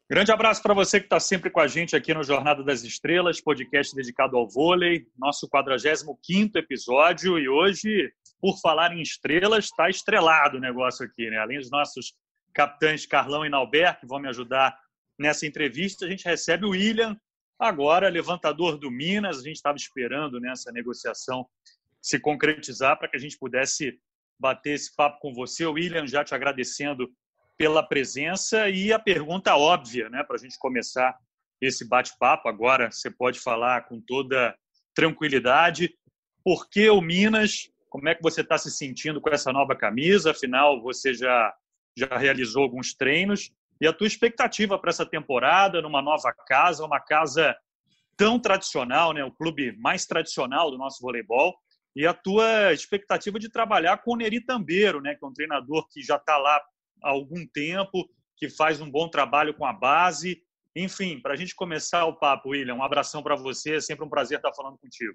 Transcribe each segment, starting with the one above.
Grande abraço para você que está sempre com a gente aqui no Jornada das Estrelas, podcast dedicado ao vôlei, nosso 45º episódio. E hoje, por falar em estrelas, está estrelado o negócio aqui, né? Além dos nossos capitães Carlão e Nauber, que vão me ajudar nessa entrevista, a gente recebe o William, agora levantador do Minas. A gente estava esperando nessa negociação se concretizar para que a gente pudesse bater esse papo com você. William, já te agradecendo pela presença e a pergunta óbvia, né, para a gente começar esse bate-papo. Agora você pode falar com toda tranquilidade. Por que o Minas? Como é que você está se sentindo com essa nova camisa? Afinal, você já realizou alguns treinos. E a tua expectativa para essa temporada, numa nova casa, uma casa tão tradicional, né, o clube mais tradicional do nosso voleibol, e a tua expectativa de trabalhar com o Neri Tambeiro, né, que é um treinador que já está lá há algum tempo, que faz um bom trabalho com a base. Enfim, para a gente começar o papo, William, um abração para você, é sempre um prazer estar falando contigo.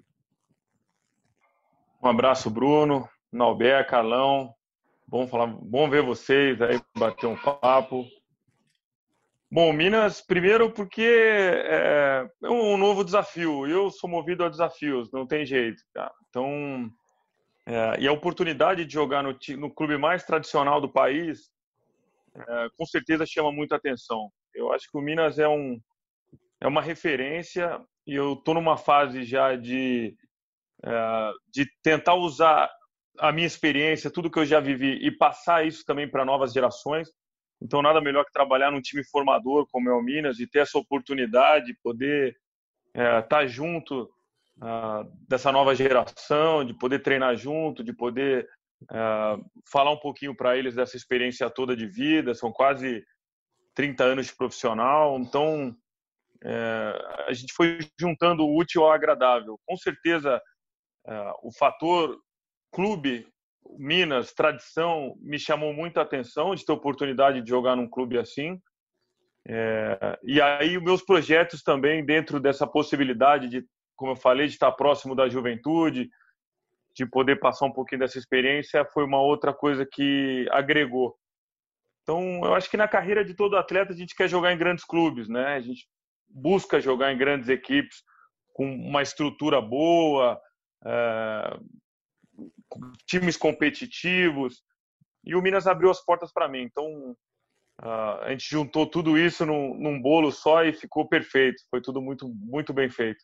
Um abraço, Bruno, Nauber, Carlão, bom ver vocês aí, bater um papo. Bom, Minas, primeiro porque é um novo desafio, eu sou movido a desafios, não tem jeito, tá? Então, e a oportunidade de jogar no clube mais tradicional do país, com certeza chama muita atenção. Eu acho que o Minas é uma referência e eu estou numa fase já de tentar usar a minha experiência, tudo que eu já vivi e passar isso também para novas gerações. Então, nada melhor que trabalhar num time formador como é o Minas e ter essa oportunidade de poder estar junto dessa nova geração, de poder treinar junto, de poder falar um pouquinho para eles dessa experiência toda de vida. São quase 30 anos de profissional, então a gente foi juntando o útil ao agradável. Com certeza, o fator clube, Minas, tradição, me chamou muito a atenção de ter a oportunidade de jogar num clube assim. E aí os meus projetos também dentro dessa possibilidade de, como eu falei, de estar próximo da juventude, de poder passar um pouquinho dessa experiência, foi uma outra coisa que agregou. Então, eu acho que na carreira de todo atleta a gente quer jogar em grandes clubes, né? A gente busca jogar em grandes equipes com uma estrutura boa, times competitivos, e o Minas abriu as portas para mim. Então, a gente juntou tudo isso num bolo só e ficou perfeito. Foi tudo muito, muito bem feito.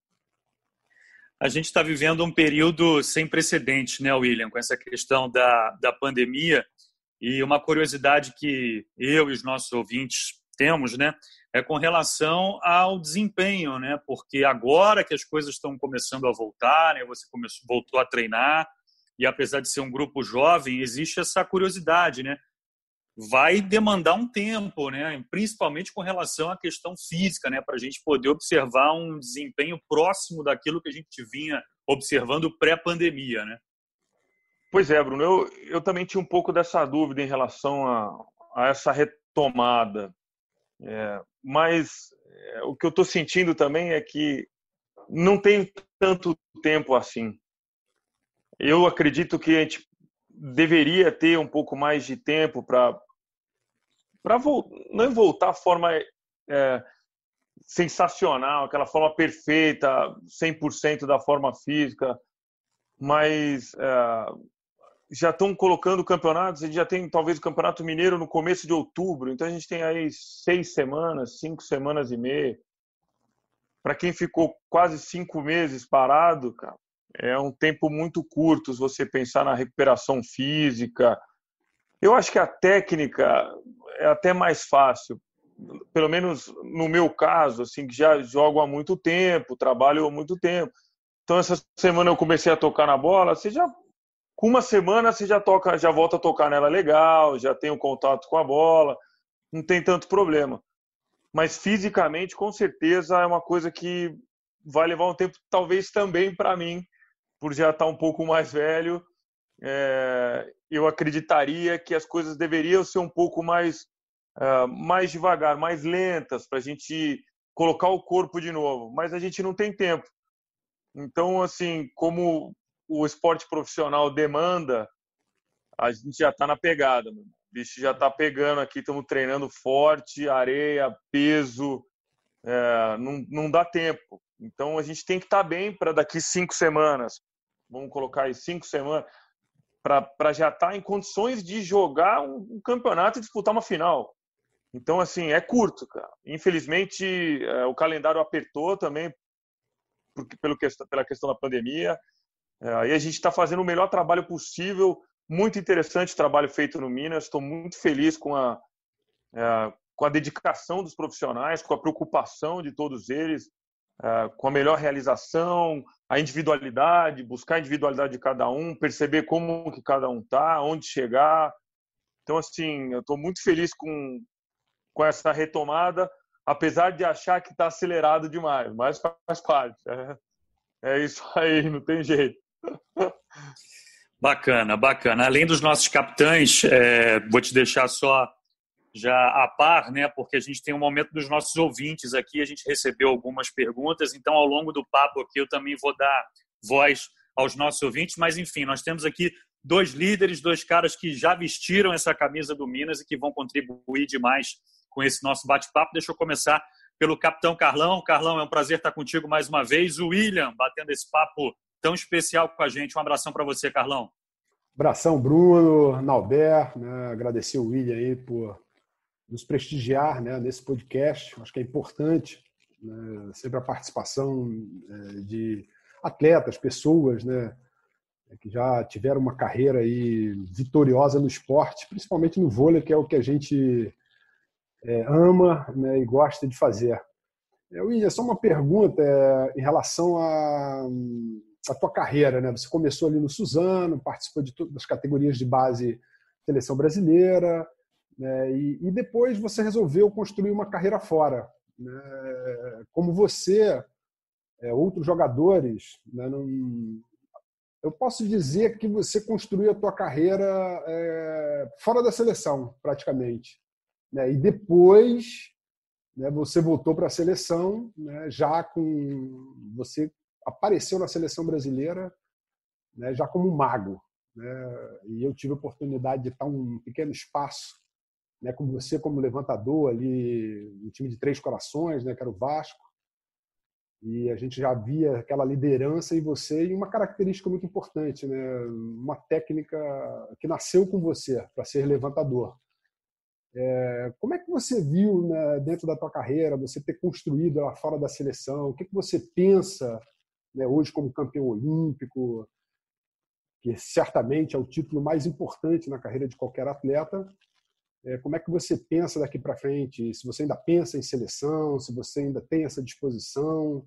A gente está vivendo um período sem precedentes, né, William, com essa questão da pandemia. E uma curiosidade que eu e os nossos ouvintes temos, né, é com relação ao desempenho, né, porque agora que as coisas estão começando a voltar, né, você voltou a treinar, e apesar de ser um grupo jovem, existe essa curiosidade, né? Vai demandar um tempo, né? Principalmente com relação à questão física, né? Para a gente poder observar um desempenho próximo daquilo que a gente vinha observando pré-pandemia, né? Pois é, Bruno. Eu também tinha um pouco dessa dúvida em relação a essa retomada. Mas o que eu estou sentindo também é que não tem tanto tempo assim. Eu acredito que a gente deveria ter um pouco mais de tempo para não voltar à forma sensacional, aquela forma perfeita, 100% da forma física, mas já estão colocando campeonatos, a gente já tem talvez o Campeonato Mineiro no começo de outubro, então a gente tem aí 6 semanas, 5 semanas e meia. Para quem ficou quase 5 meses parado, cara, é um tempo muito curto se você pensar na recuperação física. Eu acho que a técnica é até mais fácil, pelo menos no meu caso, assim, que já jogo há muito tempo, trabalho há muito tempo. Então, essa semana eu comecei a tocar na bola, com uma semana você já volta a tocar nela legal, já tem o contato com a bola, não tem tanto problema. Mas fisicamente, com certeza, é uma coisa que vai levar um tempo, talvez também para mim, por já estar um pouco mais velho. Eu acreditaria que as coisas deveriam ser um pouco mais devagar, mais lentas, para a gente colocar o corpo de novo. Mas a gente não tem tempo. Então, assim, como o esporte profissional demanda, a gente já está na pegada. bicho já está pegando aqui, estamos treinando forte, areia, peso, não dá tempo. Então a gente tem que estar bem para daqui 5 semanas, vamos colocar aí 5 semanas, para já estar em condições de jogar um campeonato e disputar uma final. Então, assim, é curto, cara. Infelizmente, o calendário apertou também pela questão da pandemia. Aí a gente está fazendo o melhor trabalho possível. Muito interessante o trabalho feito no Minas. Estou muito feliz com a dedicação dos profissionais, com a preocupação de todos eles, com a melhor realização, a individualidade, buscar a individualidade de cada um, perceber como que cada um está, onde chegar. Então, assim, eu estou muito feliz com essa retomada, apesar de achar que está acelerado demais, mas faz parte. É isso aí, não tem jeito. Bacana, bacana. Além dos nossos capitães, vou te deixar só já a par, né? Porque a gente tem um momento dos nossos ouvintes aqui, a gente recebeu algumas perguntas, então ao longo do papo aqui eu também vou dar voz aos nossos ouvintes, mas enfim, nós temos aqui 2 líderes, 2 caras que já vestiram essa camisa do Minas e que vão contribuir demais com esse nosso bate-papo. Deixa eu começar pelo capitão Carlão. Carlão, é um prazer estar contigo mais uma vez. O William, batendo esse papo tão especial com a gente. Um abração para você, Carlão. Abração, Bruno, Nauber, né? Agradecer o William aí por nos prestigiar, né, nesse podcast. Acho que é importante, né, sempre a participação de atletas, pessoas, né, que já tiveram uma carreira aí vitoriosa no esporte, principalmente no vôlei, que é o que a gente ama, né, e gosta de fazer. William, só uma pergunta em relação à tua carreira, né? Você começou ali no Suzano, participou de todas as categorias de base seleção brasileira, né? E depois você resolveu construir uma carreira fora, né? Como você, outros jogadores, né? Eu posso dizer que você construiu a tua carreira fora da seleção, praticamente, né? E depois, né, você voltou para a seleção, né, você apareceu na seleção brasileira, né, já como um mago, né? E eu tive a oportunidade de estar um pequeno espaço, né, com você como levantador ali no time de Três Corações, né, que era o Vasco, e a gente já via aquela liderança em você e uma característica muito importante, né, uma técnica que nasceu com você para ser levantador. Como é que você viu, né, dentro da tua carreira, você ter construído ela fora da seleção? O que você pensa, né, hoje como campeão olímpico, que certamente é o título mais importante na carreira de qualquer atleta? Como é que você pensa daqui para frente? Se você ainda pensa em seleção, se você ainda tem essa disposição,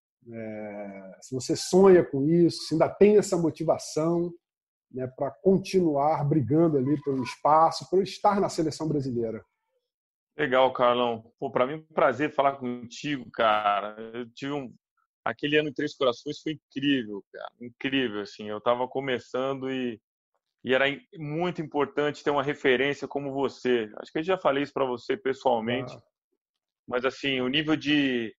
se você sonha com isso, se ainda tem essa motivação, né, para continuar brigando ali pelo espaço, por estar na seleção brasileira. Legal, Carlão. Para mim é um prazer falar contigo, cara. Eu tive aquele ano em Três Corações foi incrível, cara. Incrível, assim. Eu estava começando e era muito importante ter uma referência como você. Acho que eu já falei isso para você pessoalmente, mas assim, o nível de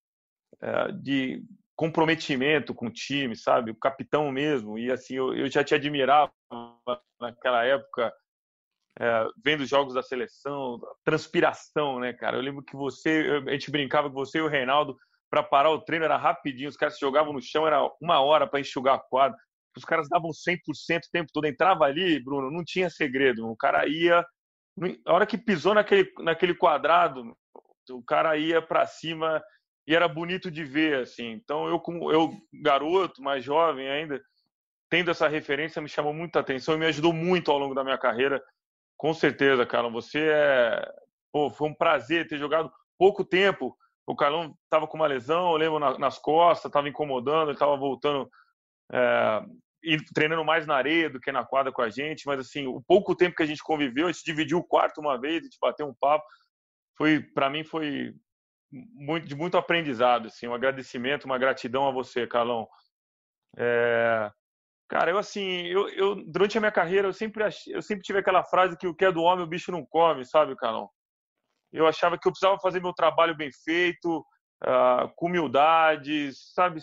comprometimento com o time, sabe? O capitão mesmo. E assim, eu já te admirava naquela época, vendo os jogos da seleção, transpiração, né, cara? Eu lembro que a gente brincava com você e o Reinaldo, para parar o treino era rapidinho, os caras se jogavam no chão, era 1 hora para enxugar a quadra. Os caras davam 100% o tempo todo. Entrava ali, Bruno, não tinha segredo. O cara ia... A hora que pisou naquele quadrado, o cara ia para cima e era bonito de ver, assim. Então, eu garoto, mais jovem ainda, tendo essa referência, me chamou muita atenção e me ajudou muito ao longo da minha carreira. Com certeza, Carlão. Foi um prazer ter jogado pouco tempo. O Carlão estava com uma lesão, eu lembro, nas costas, estava incomodando, ele estava voltando e treinando mais na areia do que na quadra com a gente. Mas, assim, o pouco tempo que a gente conviveu, a gente dividiu o quarto uma vez, a gente bateu um papo. Para mim, foi de muito aprendizado, assim, um agradecimento, uma gratidão a você, Carlão. Cara, eu durante a minha carreira, eu sempre tive aquela frase que o que é do homem o bicho não come, sabe, Carlão? Eu achava que eu precisava fazer meu trabalho bem feito, com humildade, sabe,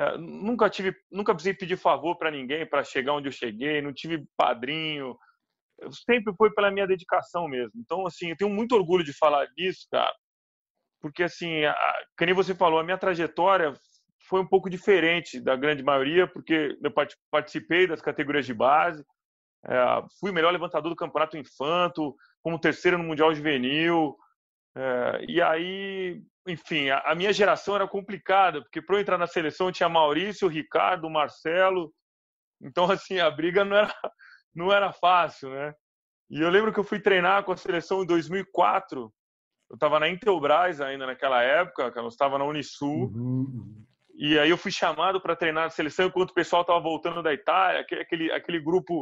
nunca precisei pedir favor para ninguém para chegar onde eu cheguei, não tive padrinho, sempre foi pela minha dedicação mesmo. Então, assim, eu tenho muito orgulho de falar disso, cara, porque, assim, que nem você falou, a minha trajetória foi um pouco diferente da grande maioria, porque eu participei das categorias de base, fui o melhor levantador do campeonato infanto, como terceiro no Mundial Juvenil, e aí, enfim, a minha geração era complicada, porque para eu entrar na seleção tinha Maurício, Ricardo, Marcelo, então, assim, a briga não era fácil, né? E eu lembro que eu fui treinar com a seleção em 2004, eu estava na Intelbras ainda naquela época, que eu estava na Unisul, e aí eu fui chamado para treinar a seleção enquanto o pessoal estava voltando da Itália, aquele grupo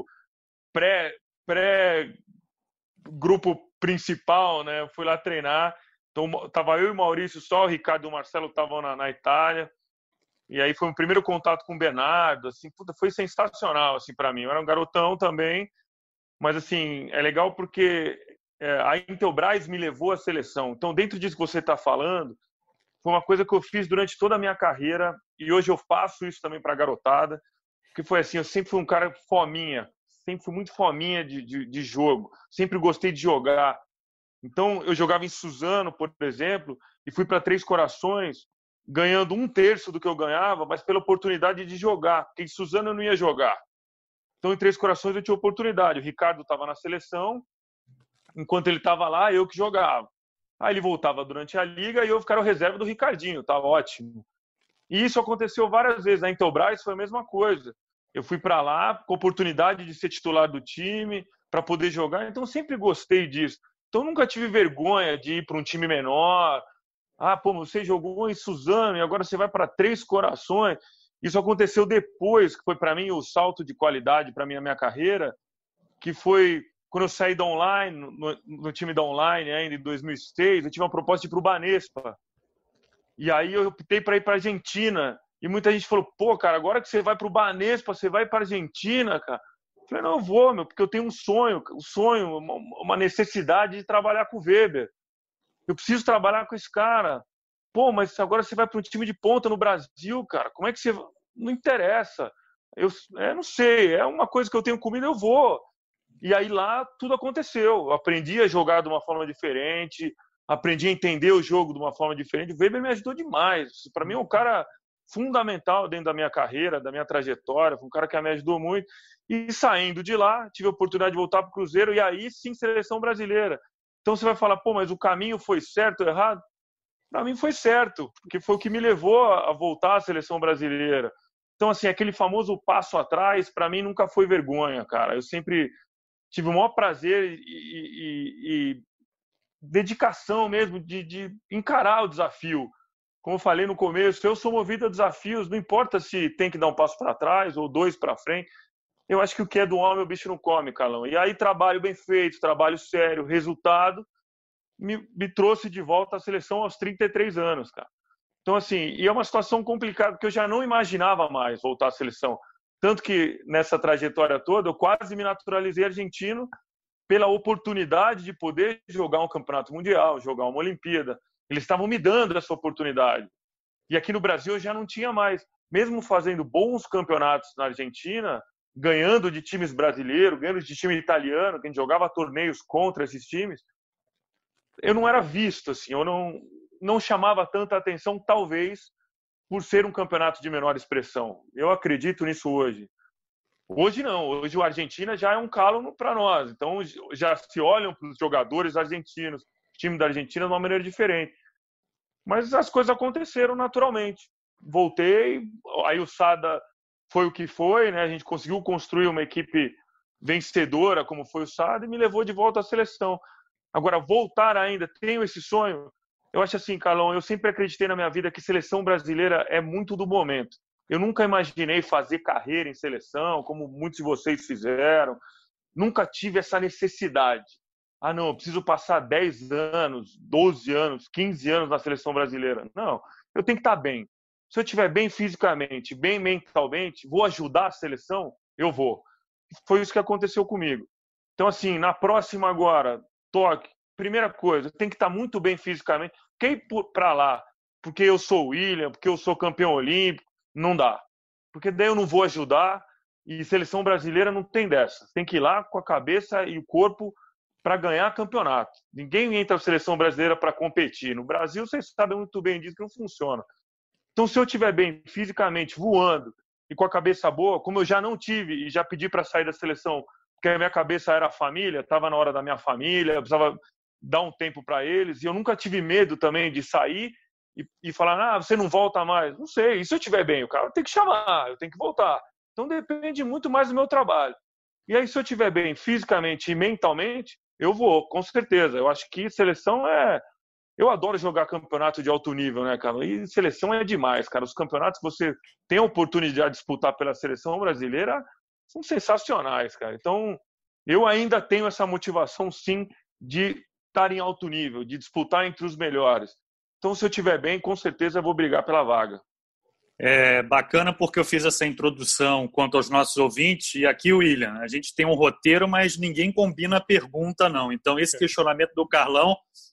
grupo principal, né? Eu fui lá treinar, então tava eu e o Maurício só, o Ricardo e o Marcelo estavam na Itália, e aí foi o primeiro contato com o Bernardo, assim, puta, foi sensacional, assim, para mim. Eu era um garotão também, mas, assim, é legal porque a Intelbras me levou à seleção. Então, dentro disso que você está falando, foi uma coisa que eu fiz durante toda a minha carreira e hoje eu faço isso também para a garotada, que foi assim, eu sempre fui um cara fominha, sempre fui muito fominha de jogo, sempre gostei de jogar. Então, eu jogava em Suzano, por exemplo, e fui para Três Corações, ganhando 1/3 do que eu ganhava, mas pela oportunidade de jogar, porque em Suzano eu não ia jogar. Então, em Três Corações eu tinha oportunidade. O Ricardo estava na seleção, enquanto ele estava lá, eu que jogava. Aí ele voltava durante a liga e eu ficava reserva do Ricardinho, estava ótimo. E isso aconteceu várias vezes. Na Intelbras foi a mesma coisa. Eu fui para lá com a oportunidade de ser titular do time, para poder jogar. Então, eu sempre gostei disso. Então, nunca tive vergonha de ir para um time menor. Pô, você jogou em Suzano e agora você vai para Três Corações. Isso aconteceu depois, que foi para mim o salto de qualidade para minha carreira, que foi quando eu saí da Online, no time da Online ainda em 2006, eu tive uma proposta de ir para o Banespa. E aí eu optei para ir para a Argentina. E muita gente falou, pô, cara, agora que você vai para o Banespa, você vai para a Argentina, cara. Eu falei, não, eu vou, porque eu tenho um sonho, uma necessidade de trabalhar com o Weber. Eu preciso trabalhar com esse cara. Pô, mas agora você vai para um time de ponta no Brasil, cara. Como é que você... Não interessa. Eu não sei, é uma coisa que eu tenho comigo, eu vou. E aí lá tudo aconteceu. Eu aprendi a jogar de uma forma diferente, aprendi a entender o jogo de uma forma diferente. O Weber me ajudou demais. Para mim é um cara fundamental dentro da minha carreira, da minha trajetória. Foi um cara que me ajudou muito. E saindo de lá, tive a oportunidade de voltar para o Cruzeiro e aí sim seleção brasileira. Então você vai falar, pô, mas o caminho foi certo ou errado? Para mim foi certo, porque foi o que me levou a voltar à seleção brasileira. Então, assim, aquele famoso passo atrás, para mim nunca foi vergonha, cara. Eu sempre tive o maior prazer e dedicação mesmo de encarar o desafio. Como eu falei no começo, eu sou movido a desafios, não importa se tem que dar um passo para trás ou 2 para frente. Eu acho que o que é do homem, o bicho não come, Carlão. E aí, trabalho bem feito, trabalho sério, resultado, me trouxe de volta à seleção aos 33 anos, cara. Então, assim, e é uma situação complicada, porque eu já não imaginava mais voltar à seleção. Tanto que, nessa trajetória toda, eu quase me naturalizei argentino pela oportunidade de poder jogar um campeonato mundial, jogar uma Olimpíada. Eles estavam me dando essa oportunidade. E aqui no Brasil eu já não tinha mais. Mesmo fazendo bons campeonatos na Argentina, ganhando de times brasileiros, ganhando de time italiano, que a gente jogava torneios contra esses times, eu não era visto, assim, eu não chamava tanta atenção, talvez, por ser um campeonato de menor expressão. Eu acredito nisso hoje. Hoje não, hoje o Argentina já é um calo para nós, então já se olham para os jogadores argentinos, o time da Argentina de uma maneira diferente. Mas as coisas aconteceram naturalmente. Voltei, aí o Sada foi o que foi, né? A gente conseguiu construir uma equipe vencedora, como foi o Sada, e me levou de volta à seleção. Agora, voltar ainda, tenho esse sonho. Eu acho assim, Carlão, eu sempre acreditei na minha vida que seleção brasileira é muito do momento. Eu nunca imaginei fazer carreira em seleção, como muitos de vocês fizeram. Nunca tive essa necessidade. Não, eu preciso passar 10 anos, 12 anos, 15 anos na seleção brasileira. Não, eu tenho que estar bem. Se eu estiver bem fisicamente, bem mentalmente, vou ajudar a seleção, eu vou. Foi isso que aconteceu comigo. Então, assim, na próxima agora, Tóquio, primeira coisa, tem que estar muito bem fisicamente. Quem ir para lá, porque eu sou o William, porque eu sou campeão olímpico, não dá. Porque daí eu não vou ajudar, E seleção brasileira não tem dessa. Tem que ir lá com a cabeça e o corpo para ganhar campeonato. Ninguém entra na seleção brasileira para competir. No Brasil, vocês sabem muito bem disso, que não funciona. Então, se eu estiver bem fisicamente, voando e com a cabeça boa, como eu já não tive e já pedi para sair da seleção, porque a minha cabeça era a família, estava na hora da minha família, eu precisava dar um tempo para eles, e eu nunca tive medo também de sair e falar, você não volta mais. Não sei, e se eu estiver bem? O cara tem que chamar, eu tenho que voltar. Então, depende muito mais do meu trabalho. E aí, se eu estiver bem fisicamente e mentalmente, eu vou, com certeza. Eu acho que seleção Eu adoro jogar campeonato de alto nível, né, cara? E seleção é demais, cara. Os campeonatos que você tem a oportunidade de disputar pela seleção brasileira são sensacionais, cara. Então, eu ainda tenho essa motivação, sim, de estar em alto nível, de disputar entre os melhores. Então, se eu estiver bem, com certeza eu vou brigar pela vaga. É bacana porque eu fiz essa introdução quanto aos nossos ouvintes, e aqui, William, a gente tem um roteiro, mas ninguém combina a pergunta, não. Então, esse questionamento do Carlão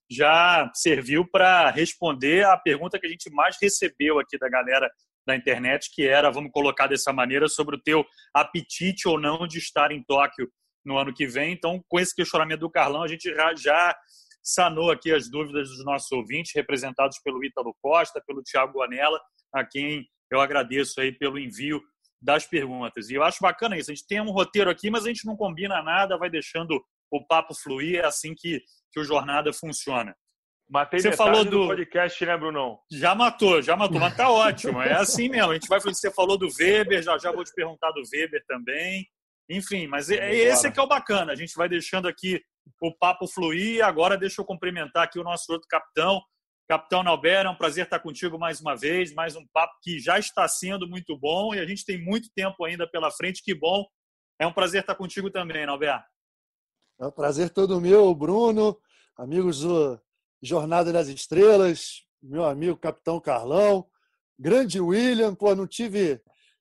já serviu para responder a pergunta que a gente mais recebeu aqui da galera da internet, que era, vamos colocar dessa maneira, sobre o teu apetite ou não de estar em Tóquio no ano que vem. Então, com esse questionamento do Carlão, a gente já sanou aqui as dúvidas dos nossos ouvintes, representados pelo Ítalo Costa, pelo Thiago Gonella, a quem eu agradeço aí pelo envio das perguntas. E eu acho bacana isso. A gente tem um roteiro aqui, mas a gente não combina nada, vai deixando o papo fluir. É assim que o Jornada funciona. Matei você falou do podcast, né, Brunão? Já matou, mas tá ótimo. É assim mesmo. A gente vai falar, você falou do Weber, já vou te perguntar do Weber também. Enfim, mas esse que é o bacana. A gente vai deixando aqui o papo fluir. Agora deixa eu cumprimentar aqui o nosso outro capitão. Capitão Naubert, é um prazer estar contigo mais uma vez, mais um papo que já está sendo muito bom e a gente tem muito tempo ainda pela frente, que bom. É um prazer estar contigo também, Naubert. É um prazer todo meu, Bruno, amigos do Jornada das Estrelas, meu amigo Capitão Carlão, grande William, não tive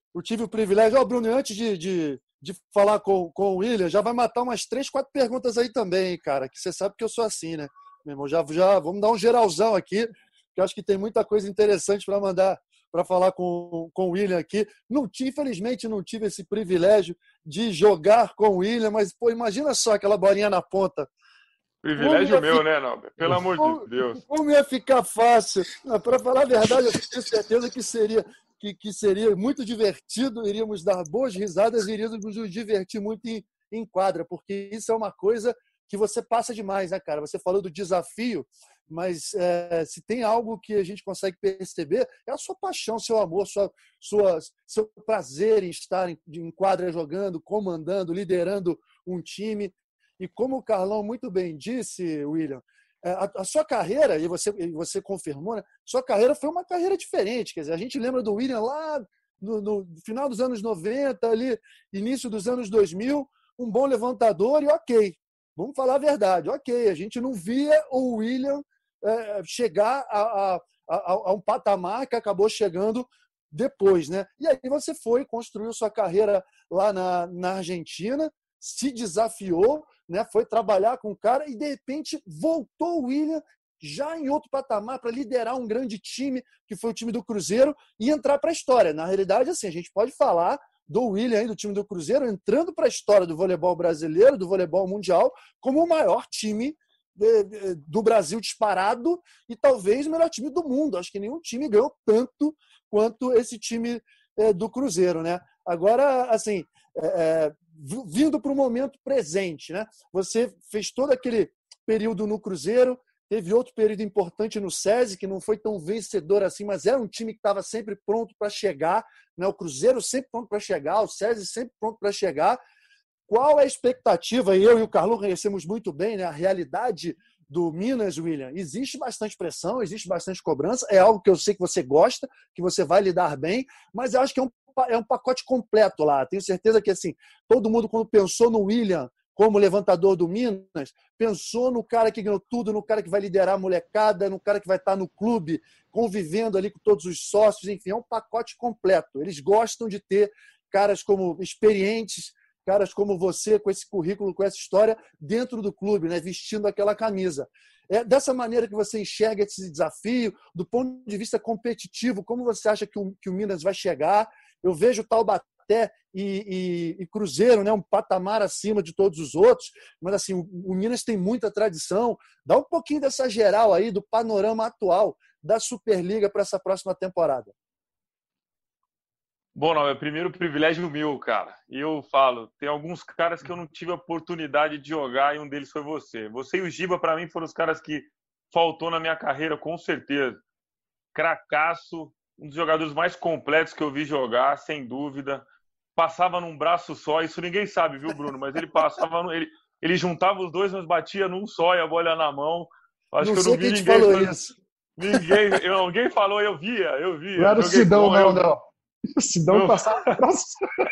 o privilégio. Bruno, antes de falar com o William, já vai matar umas 3, 4 perguntas aí também, cara, que você sabe que eu sou assim, né? Meu irmão, já vamos dar um geralzão aqui, que eu acho que tem muita coisa interessante para mandar, para falar com o William aqui. Infelizmente, não tive esse privilégio de jogar com o William, mas, imagina só aquela bolinha na ponta. Privilégio meu, né, Nobre? Pelo amor de Deus. Como ia ficar fácil? Para falar a verdade, eu tenho certeza que seria muito divertido, iríamos dar boas risadas, iríamos nos divertir muito em quadra, porque isso é uma coisa que você passa demais, né, cara? Você falou do desafio, mas se tem algo que a gente consegue perceber, é a sua paixão, seu amor, seu prazer em estar em quadra jogando, comandando, liderando um time. E como o Carlão muito bem disse, William, a sua carreira, e você confirmou, né? Sua carreira foi uma carreira diferente. Quer dizer, a gente lembra do William lá no final dos anos 90, ali, início dos anos 2000, um bom levantador e ok. Vamos falar a verdade. Ok, a gente não via o William chegar a um patamar que acabou chegando depois, né? E aí você construiu sua carreira lá na Argentina, se desafiou, né? Foi trabalhar com o cara e, de repente, voltou o William já em outro patamar para liderar um grande time, que foi o time do Cruzeiro, e entrar para a história. Na realidade, assim, a gente pode falar do William aí, do time do Cruzeiro, entrando para a história do voleibol brasileiro, do voleibol mundial, como o maior time do Brasil disparado e talvez o melhor time do mundo. Acho que nenhum time ganhou tanto quanto esse time do Cruzeiro, né? Agora, assim, vindo para o momento presente, né? Você fez todo aquele período no Cruzeiro, teve outro período importante no SESI, que não foi tão vencedor assim, mas era um time que estava sempre pronto para chegar, né? O Cruzeiro sempre pronto para chegar, o SESI sempre pronto para chegar. Qual é a expectativa? Eu e o Carlos conhecemos muito bem, né, a realidade do Minas, William. Existe bastante pressão, existe bastante cobrança, é algo que eu sei que você gosta, que você vai lidar bem, mas eu acho que é um pacote completo lá. Tenho certeza que assim, todo mundo, quando pensou no William como levantador do Minas, pensou no cara que ganhou tudo, no cara que vai liderar a molecada, no cara que vai estar no clube, convivendo ali com todos os sócios, enfim, é um pacote completo. Eles gostam de ter caras como experientes, caras como você, com esse currículo, com essa história, dentro do clube, né, vestindo aquela camisa. É dessa maneira que você enxerga esse desafio, do ponto de vista competitivo, como você acha que o Minas vai chegar? Eu vejo Taubaté Taubaté e Cruzeiro, né? Um patamar acima de todos os outros. Mas assim, o Minas tem muita tradição. Dá um pouquinho dessa geral aí do panorama atual da Superliga para essa próxima temporada. Bom, não, é primeiro privilégio meu, cara. E eu falo, tem alguns caras que eu não tive a oportunidade de jogar e um deles foi você. Você e o Giba, para mim, foram os caras que faltou na minha carreira, com certeza. Cracaço, um dos jogadores mais completos que eu vi jogar, sem dúvida. Passava num braço só, isso ninguém sabe, viu, Bruno? Mas ele passava, ele juntava os dois, mas batia num só e a bola na mão. Acho Não que eu sei não vi quem te ninguém. falou isso. Alguém falou, eu via. Não era o Joguei Sidão, com, não. O Sidão passava no braço.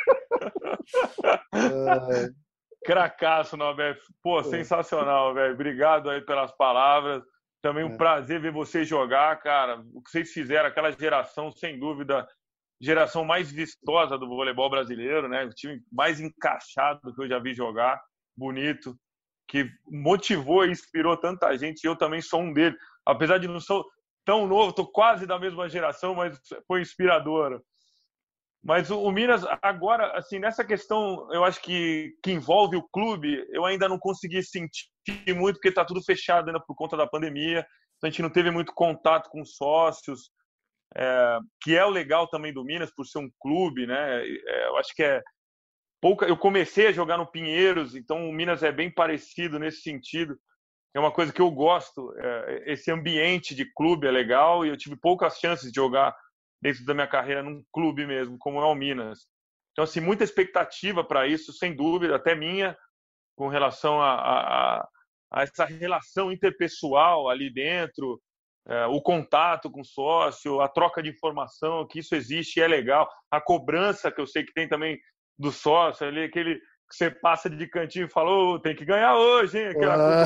Cracaço, Norberto. Pô, sensacional, velho. Obrigado aí pelas palavras. Também um prazer ver vocês jogar, cara. O que vocês fizeram, aquela geração, sem dúvida, geração mais vistosa do voleibol brasileiro, né? O time mais encaixado que eu já vi jogar, bonito, que motivou e inspirou tanta gente. Eu também sou um deles. Apesar de não ser tão novo, tô quase da mesma geração, mas foi inspiradora. Mas o Minas, agora, assim, nessa questão, eu acho que envolve o clube, eu ainda não consegui sentir muito, porque está tudo fechado ainda por conta da pandemia. Então, a gente não teve muito contato com sócios, que é o legal também do Minas, por ser um clube, né? Eu acho que é pouca. Eu comecei a jogar no Pinheiros, então o Minas é bem parecido nesse sentido. É uma coisa que eu gosto, esse ambiente de clube é legal, e eu tive poucas chances de jogar dentro da minha carreira num clube mesmo, como é o Minas. Então, assim, muita expectativa para isso, sem dúvida, até minha, com relação a essa relação interpessoal ali dentro, o contato com o sócio, a troca de informação, que isso existe e é legal. A cobrança que eu sei que tem também do sócio, ali, aquele que você passa de cantinho e fala, oh, tem que ganhar hoje, hein? Aquela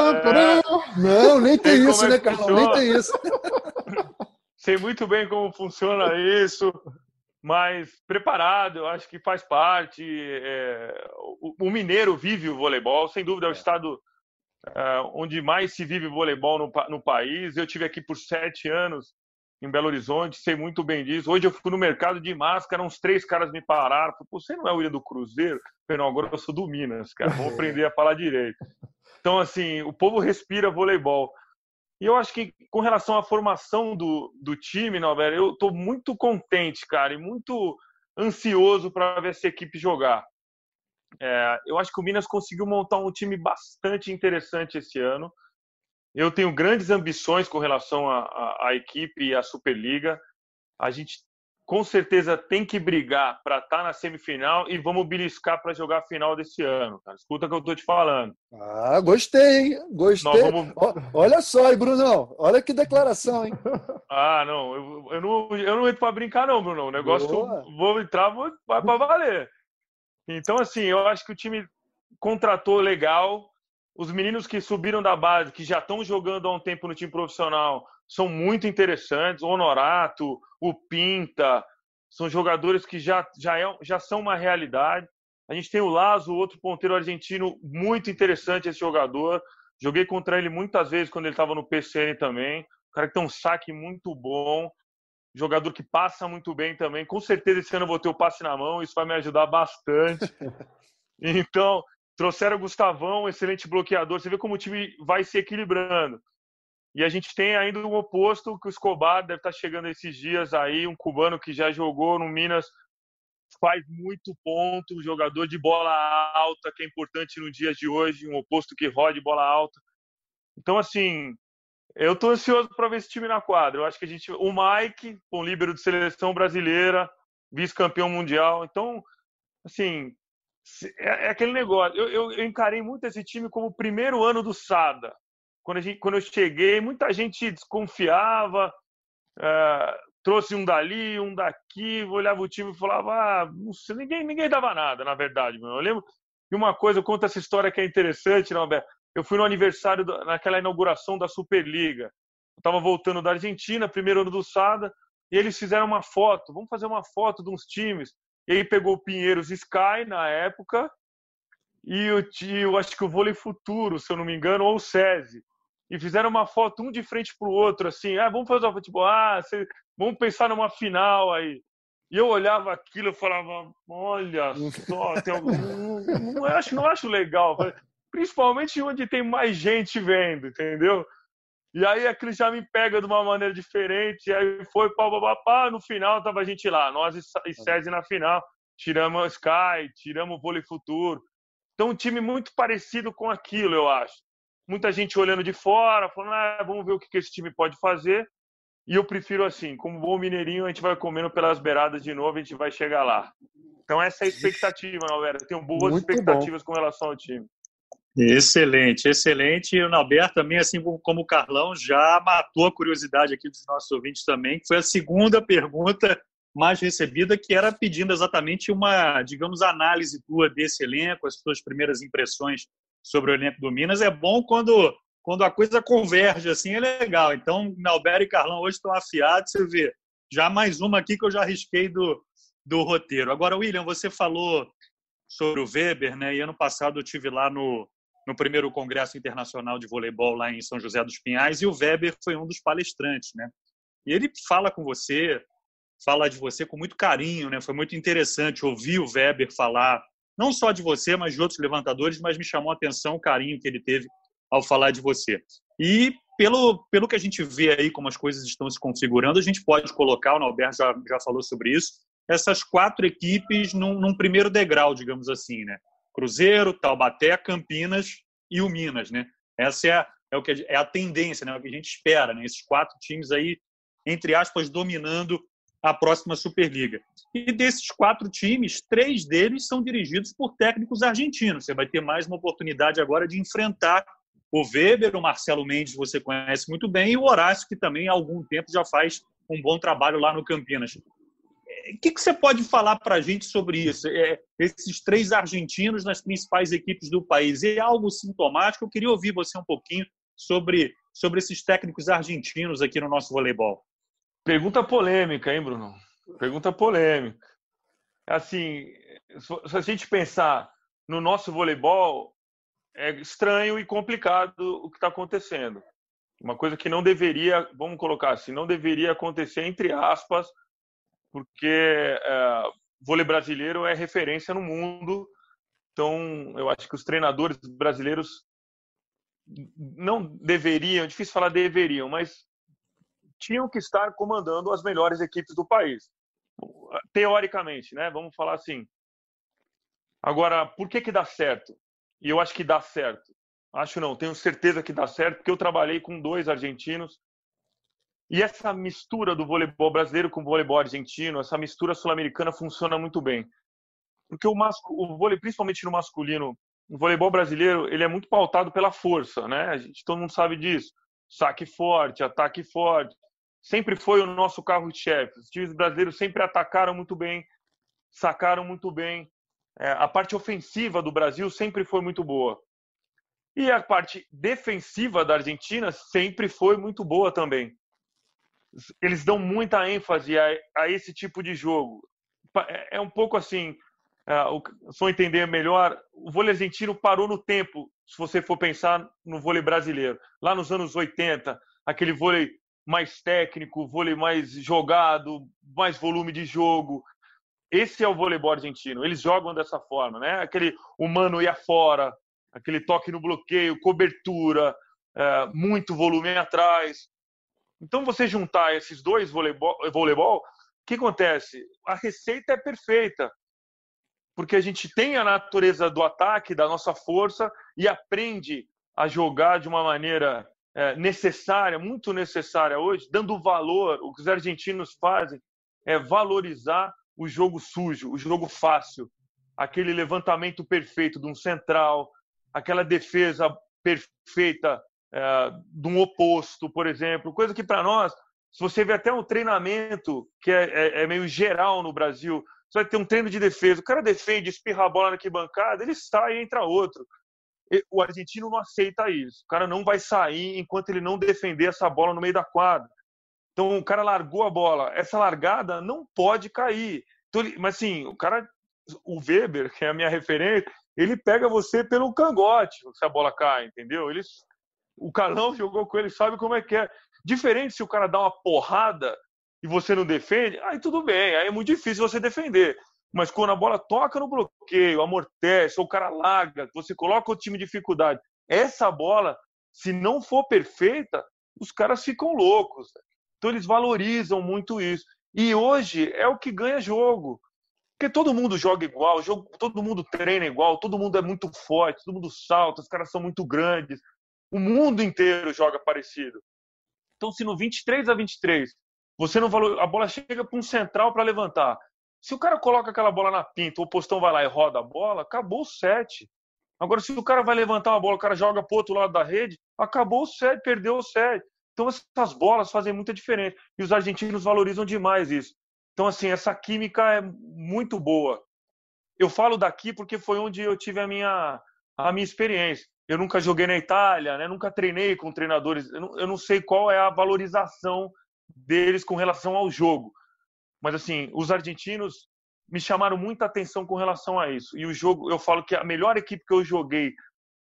Não, nem tem isso, né, Carlão? Nem tem isso. Sei muito bem como funciona isso, mas preparado, eu acho que faz parte. O mineiro vive o voleibol, sem dúvida, é o estado onde mais se vive voleibol no país. Eu tive aqui por 7 anos em Belo Horizonte, sei muito bem disso. Hoje eu fui no mercado de máscara, uns 3 caras me pararam. Falaram, você não é o William do Cruzeiro? Eu falei, não, agora eu sou do Minas, cara, vamos aprender a falar direito. Então, assim, o povo respira voleibol. E eu acho que, com relação à formação do time, Norberto, eu estou muito contente, cara, e muito ansioso para ver essa equipe jogar. Eu acho que o Minas conseguiu montar um time bastante interessante esse ano. Eu tenho grandes ambições com relação à equipe e à Superliga. A gente, com certeza, tem que brigar para estar na semifinal e vamos beliscar para jogar a final desse ano, cara. Escuta o que eu estou te falando. Ah, gostei, hein? Gostei. Olha só aí, Brunão. Olha que declaração, hein? Ah, não. Eu não entro para brincar, não, Bruno. O negócio, vou entrar, vai para valer. Então, assim, eu acho que o time contratou legal. Os meninos que subiram da base, que já estão jogando há um tempo no time profissional, são muito interessantes. O Honorato, o Pinta, são jogadores que já são uma realidade. A gente tem o Lazo, outro ponteiro argentino, muito interessante esse jogador. Joguei contra ele muitas vezes quando ele estava no PCN também. O cara que tem um saque muito bom. Jogador que passa muito bem também. Com certeza esse ano eu vou ter o passe na mão, isso vai me ajudar bastante. Então, trouxeram o Gustavão, excelente bloqueador. Você vê como o time vai se equilibrando. E a gente tem ainda o oposto, que o Escobar deve estar chegando esses dias aí, um cubano que já jogou no Minas, faz muito ponto, um jogador de bola alta, que é importante no dia de hoje, um oposto que rode bola alta. Então, assim, eu estou ansioso para ver esse time na quadra. Eu acho que o Mike, um líbero de seleção brasileira, vice-campeão mundial. Então, assim, é aquele negócio. Eu encarei muito esse time como o primeiro ano do Sada. Quando eu cheguei, muita gente desconfiava, trouxe um dali, um daqui, olhava o time e falava, não sei, ninguém dava nada, na verdade. Eu lembro de uma coisa, eu conto essa história que é interessante, Roberto. Eu fui no aniversário, naquela inauguração da Superliga. Eu estava voltando da Argentina, primeiro ano do Sada, e eles fizeram uma foto. Vamos fazer uma foto de uns times. E aí pegou o Pinheiros Sky, na época, e eu acho que o Vôlei Futuro, se eu não me engano, ou o SESI. E fizeram uma foto um de frente para o outro, assim, vamos fazer uma futebol, vamos pensar numa final aí. E eu olhava aquilo e falava, olha só, não acho legal. Principalmente onde tem mais gente vendo, entendeu? E aí aquilo já me pega de uma maneira diferente. E aí foi pá. No final tava a gente lá, nós e SESI na final. Tiramos a Sky, tiramos o Vôlei Futuro. Então um time muito parecido com aquilo, eu acho. Muita gente olhando de fora, falando, vamos ver o que esse time pode fazer. E eu prefiro assim, como bom mineirinho, a gente vai comendo pelas beiradas de novo, a gente vai chegar lá. Então essa é a expectativa, galera. Tenho boas expectativas com relação ao time. Excelente, excelente. E o Nauber também, assim como o Carlão, já matou a curiosidade aqui dos nossos ouvintes também, que foi a segunda pergunta mais recebida, que era pedindo exatamente uma, digamos, análise tua desse elenco, as tuas primeiras impressões sobre o elenco do Minas. É bom quando a coisa converge, assim, é legal. Então, Nauber e Carlão hoje estão afiados, você vê. Já mais uma aqui que eu já arrisquei do roteiro. Agora, William, você falou sobre o Weber, né? E ano passado eu estive lá no primeiro Congresso Internacional de Voleibol lá em São José dos Pinhais, e o Weber foi um dos palestrantes, né? E ele fala de você com muito carinho, né? Foi muito interessante ouvir o Weber falar, não só de você, mas de outros levantadores, mas me chamou a atenção o carinho que ele teve ao falar de você. E pelo que a gente vê aí, como as coisas estão se configurando, a gente pode colocar, o Nauber já falou sobre isso, essas 4 equipes num primeiro degrau, digamos assim, né? Cruzeiro, Taubaté, Campinas e o Minas, né? Essa é a tendência, né? O que a gente espera, né? Esses 4 times aí, entre aspas, dominando a próxima Superliga. E desses 4 times, 3 deles são dirigidos por técnicos argentinos. Você vai ter mais uma oportunidade agora de enfrentar o Weber, o Marcelo Mendes, você conhece muito bem, e o Horácio, que também há algum tempo já faz um bom trabalho lá no Campinas. O que você pode falar para a gente sobre isso? Esses 3 argentinos nas principais equipes do país. É algo sintomático? Eu queria ouvir você um pouquinho sobre esses técnicos argentinos aqui no nosso voleibol. Pergunta polêmica, hein, Bruno? Pergunta polêmica. Assim, se a gente pensar no nosso voleibol, é estranho e complicado o que está acontecendo. Uma coisa que não deveria, vamos colocar assim, não deveria acontecer, entre aspas, porque o vôlei brasileiro é referência no mundo. Então, eu acho que os treinadores brasileiros não deveriam, difícil falar deveriam, mas tinham que estar comandando as melhores equipes do país. Teoricamente, né? Vamos falar assim. Agora, por que dá certo? E eu acho que dá certo. Acho não, tenho certeza que dá certo, porque eu trabalhei com 2 argentinos. E essa mistura do voleibol brasileiro com o voleibol argentino, essa mistura sul-americana funciona muito bem. Porque o vôlei, principalmente no masculino, o voleibol brasileiro, ele é muito pautado pela força, né? Todo mundo sabe disso. Saque forte, ataque forte. Sempre foi o nosso carro-chefe. Os times brasileiros sempre atacaram muito bem, sacaram muito bem. A parte ofensiva do Brasil sempre foi muito boa. E a parte defensiva da Argentina sempre foi muito boa também. Eles dão muita ênfase a esse tipo de jogo. É um pouco assim, só entender melhor, o vôlei argentino parou no tempo, se você for pensar no vôlei brasileiro. Lá nos anos 80, aquele vôlei mais técnico, vôlei mais jogado, mais volume de jogo. Esse é o voleibol argentino. Eles jogam dessa forma, né? Aquele humano ir afora, aquele toque no bloqueio, cobertura, muito volume atrás. Então, você juntar esses 2 voleibol, o que acontece? A receita é perfeita, porque a gente tem a natureza do ataque, da nossa força, e aprende a jogar de uma maneira necessária, muito necessária hoje, dando valor. O que os argentinos fazem é valorizar o jogo sujo, o jogo fácil, aquele levantamento perfeito de um central, aquela defesa perfeita de um oposto, por exemplo, coisa que para nós, se você vê até um treinamento que é meio geral no Brasil, você vai ter um treino de defesa, o cara defende, espirra a bola na arquibancada, ele sai e entra outro. O argentino não aceita isso, o cara não vai sair enquanto ele não defender essa bola no meio da quadra. Então o cara largou a bola, essa largada não pode cair. Então, mas assim, o Weber, que é a minha referência, ele pega você pelo cangote se a bola cai, entendeu? O Carlão jogou com ele, sabe como é que é. Diferente se o cara dá uma porrada, e você não defende, aí tudo bem, aí é muito difícil você defender. Mas quando a bola toca no bloqueio, amortece, ou o cara larga, você coloca o time em dificuldade, essa bola, se não for perfeita, os caras ficam loucos. Então eles valorizam muito isso. E hoje é o que ganha jogo. Porque todo mundo joga igual, todo mundo treina igual, todo mundo é muito forte, todo mundo salta, os caras são muito grandes. O mundo inteiro joga parecido. Então, se no 23-23 você não a bola chega para um central para levantar. Se o cara coloca aquela bola na pinta, o postão vai lá e roda a bola, acabou o set. Agora, se o cara vai levantar uma bola, o cara joga para o outro lado da rede, acabou o set, perdeu o set. Então, essas bolas fazem muita diferença. E os argentinos valorizam demais isso. Então, assim, essa química é muito boa. Eu falo daqui porque foi onde eu tive a minha experiência. Eu nunca joguei na Itália, né? Nunca treinei com treinadores. Eu não sei qual é a valorização deles com relação ao jogo. Mas, assim, os argentinos me chamaram muita atenção com relação a isso. E o jogo, eu falo que a melhor equipe que eu joguei,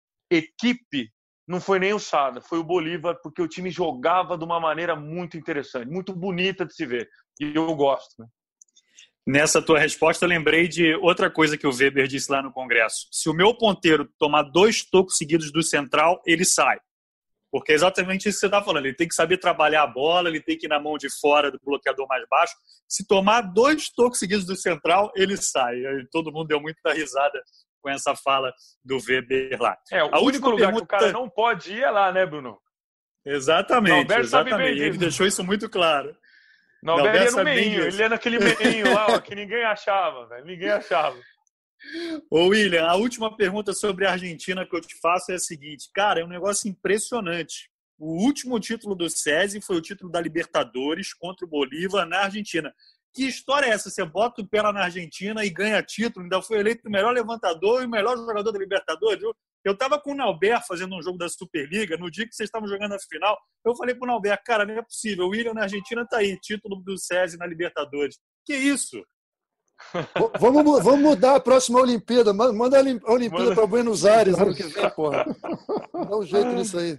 não foi nem o Sada, foi o Bolívar, porque o time jogava de uma maneira muito interessante, muito bonita de se ver. E eu gosto, né? Nessa tua resposta, eu lembrei de outra coisa que o Weber disse lá no Congresso. Se o meu ponteiro tomar 2 tocos seguidos do central, ele sai. Porque é exatamente isso que você está falando. Ele tem que saber trabalhar a bola, ele tem que ir na mão de fora do bloqueador mais baixo. Se tomar 2 tocos seguidos do central, ele sai. Todo mundo deu muita risada com essa fala do Weber lá. O único lugar que o cara não pode ir é lá, né, Bruno? Exatamente, exatamente. Ele deixou isso muito claro. Nauber ia no meinho, ele ia naquele meinho lá, ó, que ninguém achava, velho. Ninguém achava. Ô, William, a última pergunta sobre a Argentina que eu te faço é a seguinte. Cara, é um negócio impressionante. O último título do SESI foi o título da Libertadores contra o Bolívar na Argentina. Que história é essa? Você bota o pé lá na Argentina e ganha título, ainda foi eleito o melhor levantador e o melhor jogador da Libertadores. Eu estava com o Nauber fazendo um jogo da Superliga, no dia que vocês estavam jogando a final, eu falei pro Nauber, cara, não é possível, o William na Argentina tá aí, título do SESI na Libertadores. Que isso? Vamos mudar a próxima Olimpíada. Manda a Olimpíada para Buenos Aires ano que vem, porra. Dá um jeito nisso aí.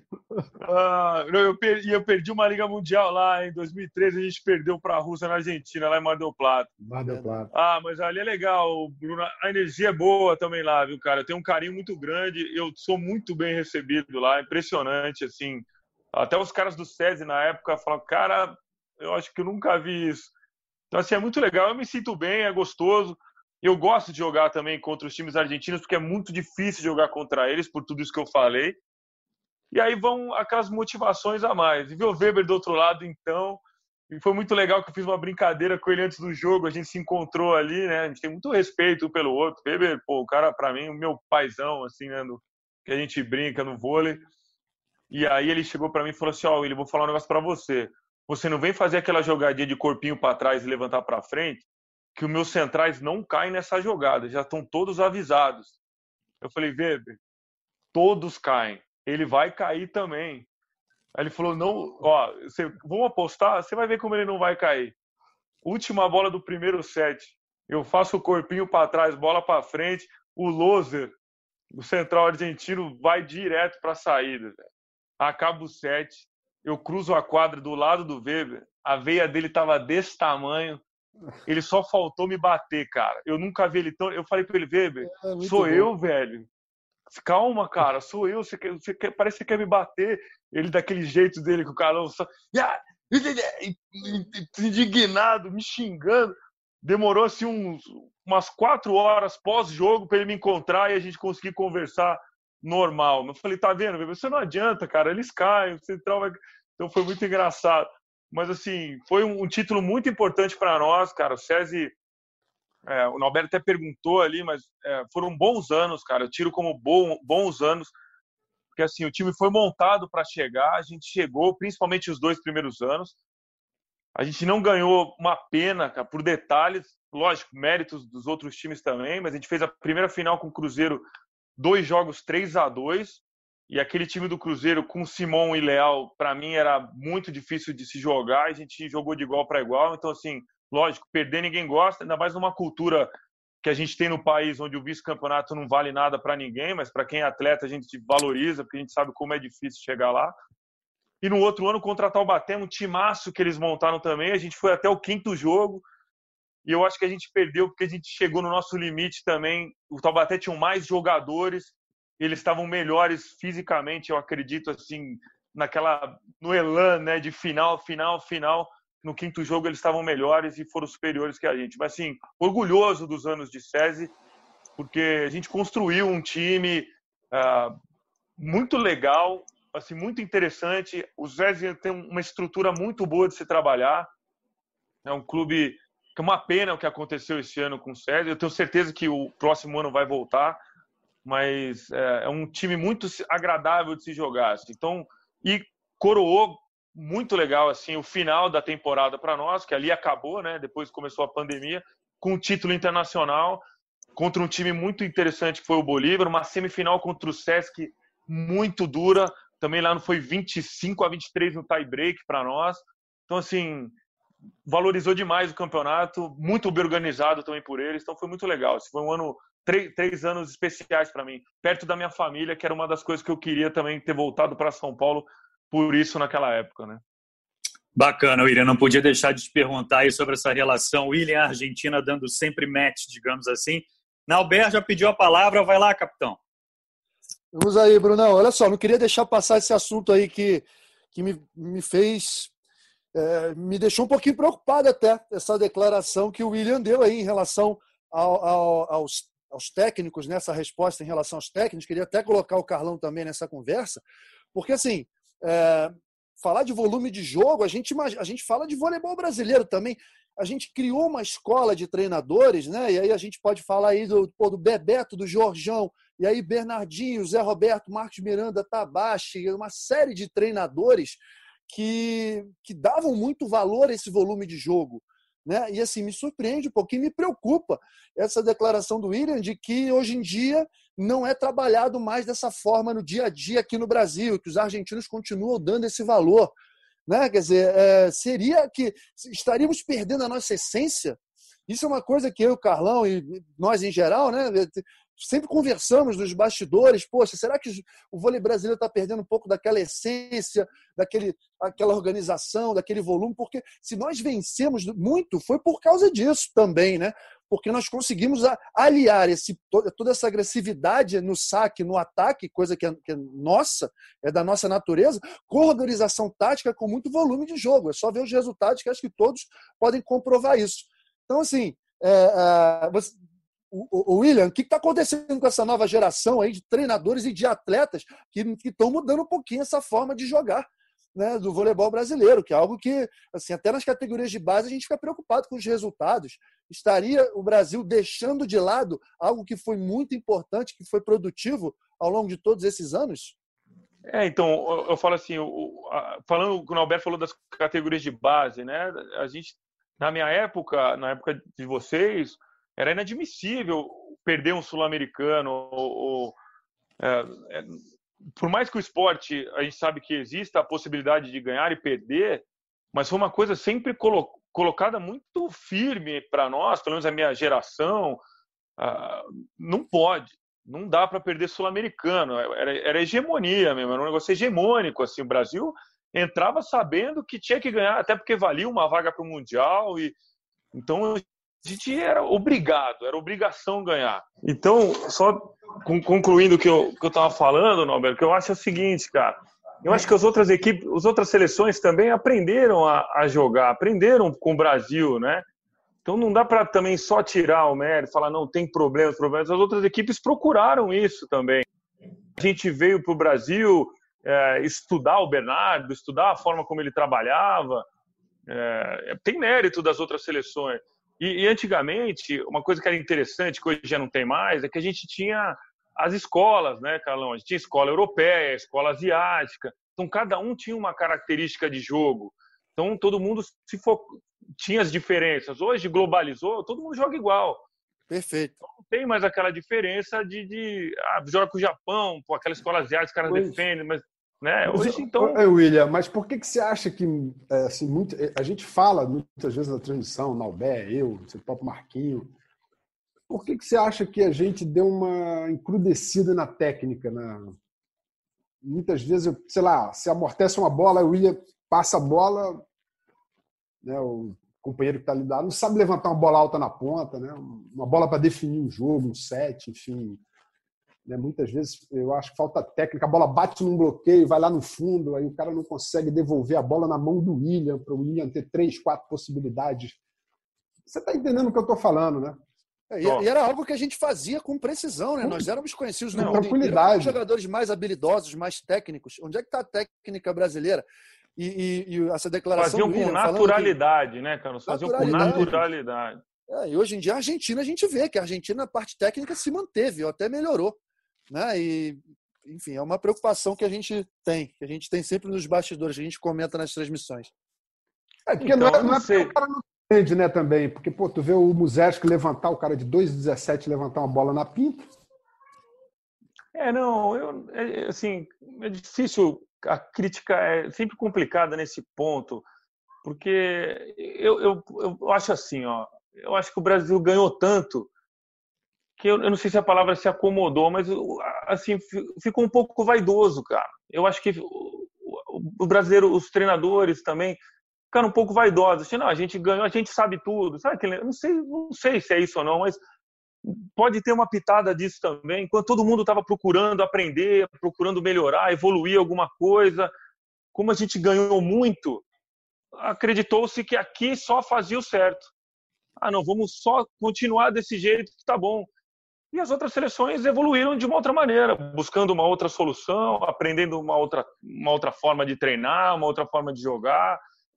Eu perdi uma Liga Mundial lá em 2013, a gente perdeu para a Rússia na Argentina, lá em Mar del Plata. Mas ali é legal, Bruno. A energia é boa também lá, viu, cara? Eu tenho um carinho muito grande, eu sou muito bem recebido lá, impressionante, assim. Até os caras do SESI na época falaram, cara, eu acho que eu nunca vi isso. Então, assim, é muito legal, eu me sinto bem, é gostoso. Eu gosto de jogar também contra os times argentinos, porque é muito difícil jogar contra eles, por tudo isso que eu falei. E aí vão aquelas motivações a mais. E ver o Weber do outro lado, então, e foi muito legal que eu fiz uma brincadeira com ele antes do jogo, a gente se encontrou ali, né? A gente tem muito respeito um pelo outro. Weber, pô, o cara, pra mim, o meu paizão, assim, né? Que a gente brinca no vôlei. E aí ele chegou pra mim e falou assim, ó, William, vou falar um negócio pra você. Você não vem fazer aquela jogadinha de corpinho para trás e levantar para frente, que os meus centrais não caem nessa jogada, já estão todos avisados. Eu falei, Weber, todos caem, ele vai cair também. Aí ele falou, não, ó, vamos apostar, você vai ver como ele não vai cair. Última bola do primeiro set, eu faço o corpinho para trás, bola para frente, o Loser, o central argentino, vai direto para a saída. Acaba o set, eu cruzo a quadra do lado do Weber, a veia dele tava desse tamanho, ele só faltou me bater, cara. Eu nunca vi ele tão... Eu falei pra ele, Weber, sou eu, velho. Calma, cara, sou eu. Parece que você quer me bater. Ele daquele jeito dele, com o Carlão, indignado, me xingando. Demorou assim umas 4 horas pós-jogo pra ele me encontrar e a gente conseguir conversar normal. Eu falei, tá vendo, você não adianta, cara, eles caem, o central vai... Então foi muito engraçado. Mas, assim, foi um título muito importante para nós, cara. O SESI, o Nauber até perguntou ali, mas foram bons anos, cara. Eu tiro como bons anos, porque, assim, o time foi montado para chegar, a gente chegou, principalmente os 2 primeiros anos. A gente não ganhou, uma pena, cara, por detalhes, lógico, méritos dos outros times também, mas a gente fez a primeira final com o Cruzeiro, 2 jogos 3-2, e aquele time do Cruzeiro com Simon e Leal, para mim era muito difícil de se jogar, a gente jogou de igual para igual, então assim, lógico, perder ninguém gosta, ainda mais numa cultura que a gente tem no país, onde o vice-campeonato não vale nada para ninguém, mas para quem é atleta a gente valoriza, porque a gente sabe como é difícil chegar lá. E no outro ano, contra a Taubaté, um timaço que eles montaram também. A gente foi até o 5º jogo. E eu acho que a gente perdeu porque a gente chegou no nosso limite também. O Taubaté tinha mais jogadores. Eles estavam melhores fisicamente, eu acredito, assim, no elan, né, de final. No 5º jogo eles estavam melhores e foram superiores que a gente. Mas, assim, orgulhoso dos anos de SESI, porque a gente construiu um time muito legal, assim, muito interessante. O SESI tem uma estrutura muito boa de se trabalhar. É um clube que é uma pena o que aconteceu esse ano com o SESI. Eu tenho certeza que o próximo ano vai voltar, mas é um time muito agradável de se jogar. Assim. Então, e coroou muito legal assim o final da temporada para nós, que ali acabou, né? Depois começou a pandemia, com um título internacional contra um time muito interessante que foi o Bolívar, uma semifinal contra o Sesc muito dura. Também lá não foi 25-23 no tie-break para nós. Então, assim, valorizou demais o campeonato, muito bem organizado também por eles. Então, foi muito legal. Foi um ano, 3 anos especiais para mim, perto da minha família, que era uma das coisas que eu queria também ter voltado para São Paulo por isso naquela época, né? Bacana, William. Não podia deixar de te perguntar aí sobre essa relação William e Argentina dando sempre match, digamos assim. Nauber já pediu a palavra. Vai lá, capitão. Vamos aí, Brunão. Olha só, não queria deixar passar esse assunto aí que me fez... me deixou um pouquinho preocupado até, essa declaração que o William deu aí em relação aos técnicos, nessa resposta em relação aos técnicos. Queria até colocar o Carlão também nessa conversa, porque assim, falar de volume de jogo, a gente fala de voleibol brasileiro também. A gente criou uma escola de treinadores, né? E aí a gente pode falar aí do Bebeto, do Jorjão, e aí Bernardinho, Zé Roberto, Marcos Miranda, Tabachi, uma série de treinadores que davam muito valor a esse volume de jogo. Né? E assim, me surpreende um pouquinho, me preocupa essa declaração do William de que hoje em dia não é trabalhado mais dessa forma no dia a dia aqui no Brasil, que os argentinos continuam dando esse valor. Né? Quer dizer, seria que estaríamos perdendo a nossa essência? Isso é uma coisa que eu e o Carlão e nós em geral, né, sempre conversamos nos bastidores. Poxa, será que o vôlei brasileiro está perdendo um pouco daquela essência, daquela organização, daquele volume? Porque se nós vencemos muito, foi por causa disso também, né? Porque nós conseguimos aliar toda essa agressividade no saque, no ataque, coisa que é nossa, é da nossa natureza, com organização tática, com muito volume de jogo. É só ver os resultados que acho que todos podem comprovar isso. Então, assim, o William, o que está acontecendo com essa nova geração aí de treinadores e de atletas que estão mudando um pouquinho essa forma de jogar, né, do voleibol brasileiro, que é algo que, assim, até nas categorias de base a gente fica preocupado com os resultados. Estaria o Brasil deixando de lado algo que foi muito importante, que foi produtivo ao longo de todos esses anos? Então, eu falo assim, falando o que o Alberto falou das categorias de base, né? A gente, na minha época, na época de vocês, era inadmissível perder um sul-americano. Por mais que o esporte, a gente sabe que exista a possibilidade de ganhar e perder, mas foi uma coisa sempre colocada muito firme para nós, pelo menos a minha geração. Não pode, não dá para perder sul-americano. Era hegemonia mesmo, era um negócio hegemônico. Assim, o Brasil entrava sabendo que tinha que ganhar, até porque valia uma vaga para o Mundial. Então, a gente era obrigado, era obrigação ganhar. Então, só concluindo o que eu estava falando, Norberto, que eu acho é o seguinte, cara. Eu acho que as outras equipes, as outras seleções também aprenderam a jogar, aprenderam com o Brasil, né? Então não dá para também só tirar o mérito, falar não, tem problemas. As outras equipes procuraram isso também. A gente veio para o Brasil estudar o Bernardo, estudar a forma como ele trabalhava. Tem mérito das outras seleções. E antigamente, uma coisa que era interessante, que hoje já não tem mais, é que a gente tinha as escolas, né, Carlão? A gente tinha escola europeia, escola asiática. Então, cada um tinha uma característica de jogo. Então, todo mundo tinha as diferenças. Hoje, globalizou, todo mundo joga igual. Perfeito. Então, não tem mais aquela diferença de joga com o Japão, com aquela escola asiática, os caras defendem, mas... Né? Hoje, então... William, mas por que você acha que assim, a gente fala muitas vezes na transmissão, Nauber, eu, o próprio Marquinho, por que você acha que a gente deu uma encrudecida na técnica muitas vezes, sei lá, se amortece uma bola, o William passa a bola, né, o companheiro que está ali não sabe levantar uma bola alta na ponta, né, uma bola para definir um jogo, um set, enfim. Né, muitas vezes eu acho que falta técnica, a bola bate num bloqueio, vai lá no fundo, aí o cara não consegue devolver a bola na mão do William, para o William ter 3, 4 possibilidades. Você está entendendo o que eu estou falando, né? E era algo que a gente fazia com precisão, né? Nós éramos conhecidos no mundo inteiro como jogadores mais habilidosos, mais técnicos. Onde é que está a técnica brasileira? E essa declaração faziam do William, com naturalidade, né, Carlos? Faziam com naturalidade. E hoje em dia a Argentina, a gente vê que a Argentina, a parte técnica, se manteve, ou até melhorou. Né? E, enfim, é uma preocupação que a gente tem sempre nos bastidores, a gente comenta nas transmissões. Porque então, não é porque o cara não entende, né, também. Porque, pô, tu vê o Muzeski levantar, o cara de 2,17 levantar uma bola na pinta. Assim, é difícil, a crítica é sempre complicada nesse ponto, porque eu acho assim, ó, eu acho que o Brasil ganhou tanto que eu não sei se a palavra se acomodou, mas assim, ficou um pouco vaidoso, cara. Eu acho que o brasileiro, os treinadores também ficaram um pouco vaidosos. Não, a gente ganhou, a gente sabe tudo. Sabe aquele, não sei se é isso ou não, mas pode ter uma pitada disso também. Enquanto todo mundo estava procurando aprender, procurando melhorar, evoluir alguma coisa, como a gente ganhou muito, acreditou-se que aqui só fazia o certo. Não, vamos só continuar desse jeito que tá bom. E as outras seleções evoluíram de uma outra maneira, buscando uma outra solução, aprendendo uma outra forma de treinar, uma outra forma de jogar.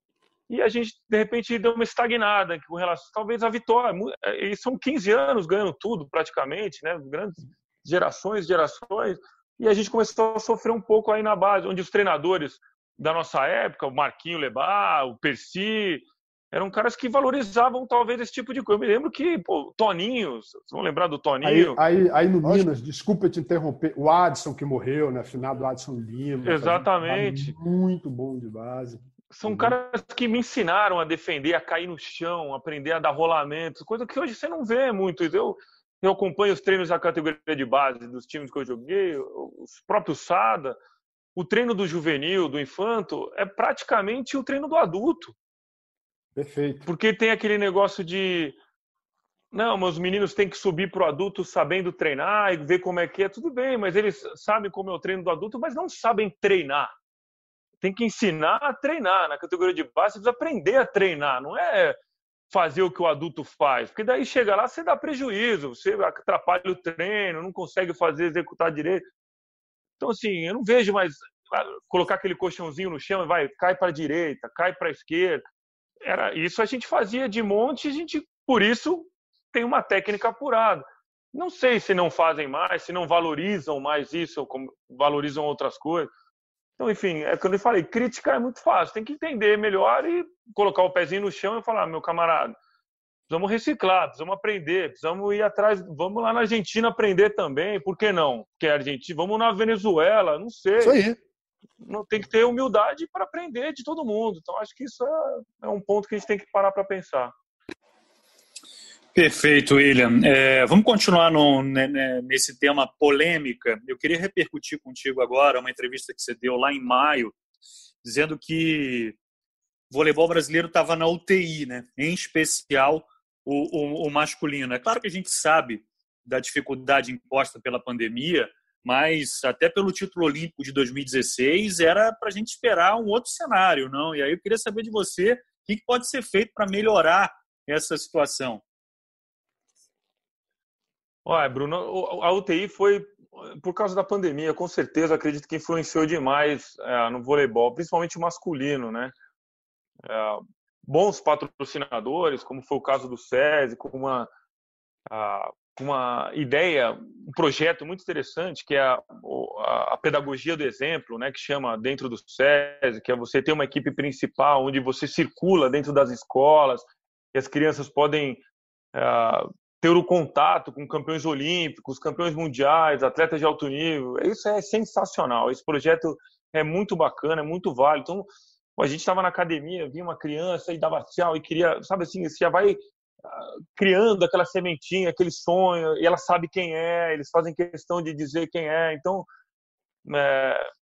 E a gente, de repente, deu uma estagnada com relação, talvez, à vitória. Eles são 15 anos ganhando tudo, praticamente, né? Grandes gerações, e a gente começou a sofrer um pouco aí na base, onde os treinadores da nossa época, o Marquinhos Lebas, o Percy, eram caras que valorizavam talvez esse tipo de coisa. Eu me lembro que, pô, Toninho, vocês vão lembrar do Toninho? Aí no Minas, desculpa te interromper, o Adson que morreu, né? Finado do Adson Lima. Exatamente. Muito bom de base. São caras que me ensinaram a defender, a cair no chão, a aprender a dar rolamentos, coisa que hoje você não vê muito. Eu acompanho os treinos da categoria de base dos times que eu joguei, os próprios Sada. O treino do juvenil, do infanto, é praticamente o treino do adulto. Perfeito. Porque tem aquele negócio de não, mas os meninos têm que subir para o adulto sabendo treinar e ver como é que é. Tudo bem, mas eles sabem como é o treino do adulto, mas não sabem treinar. Tem que ensinar a treinar. Na categoria de base, você precisa aprender a treinar. Não é fazer o que o adulto faz. Porque daí chega lá, você dá prejuízo. Você atrapalha o treino, não consegue executar direito. Então, assim, eu não vejo mais colocar aquele colchãozinho no chão e cai para a direita, cai para a esquerda. Isso a gente fazia de monte, por isso tem uma técnica apurada. Não sei se não fazem mais, se não valorizam mais isso, ou como valorizam outras coisas. Então, enfim, é quando eu falei, crítica é muito fácil, tem que entender melhor e colocar o pezinho no chão e falar, meu camarada, precisamos reciclar, precisamos aprender, precisamos ir atrás, vamos lá na Argentina aprender também, por que não? Porque é Argentina, vamos na Venezuela, não sei. Isso aí. Não tem que ter humildade para aprender de todo mundo. Então, acho que isso é um ponto que a gente tem que parar para pensar. Perfeito, William. Vamos continuar nesse tema polêmica. Eu queria repercutir contigo agora uma entrevista que você deu lá em maio, dizendo que o voleibol brasileiro estava na UTI, né? Em especial o masculino. É claro que a gente sabe da dificuldade imposta pela pandemia, mas até pelo título olímpico de 2016 era para a gente esperar um outro cenário, não? E aí eu queria saber de você o que pode ser feito para melhorar essa situação. Olha, Bruno, a UTI foi por causa da pandemia, com certeza, acredito que influenciou demais no voleibol, principalmente o masculino, né? Bons patrocinadores, como foi o caso do SESI, com uma ideia, um projeto muito interessante, que é a pedagogia do exemplo, né, que chama dentro do SESI, que é você ter uma equipe principal, onde você circula dentro das escolas, e as crianças podem ter o contato com campeões olímpicos, campeões mundiais, atletas de alto nível. Isso é sensacional. Esse projeto é muito bacana, é muito válido. Então, a gente estava na academia, vinha uma criança e dava tchau e queria, sabe assim, você já vai criando aquela sementinha, aquele sonho, e ela sabe quem é, eles fazem questão de dizer quem é. Então,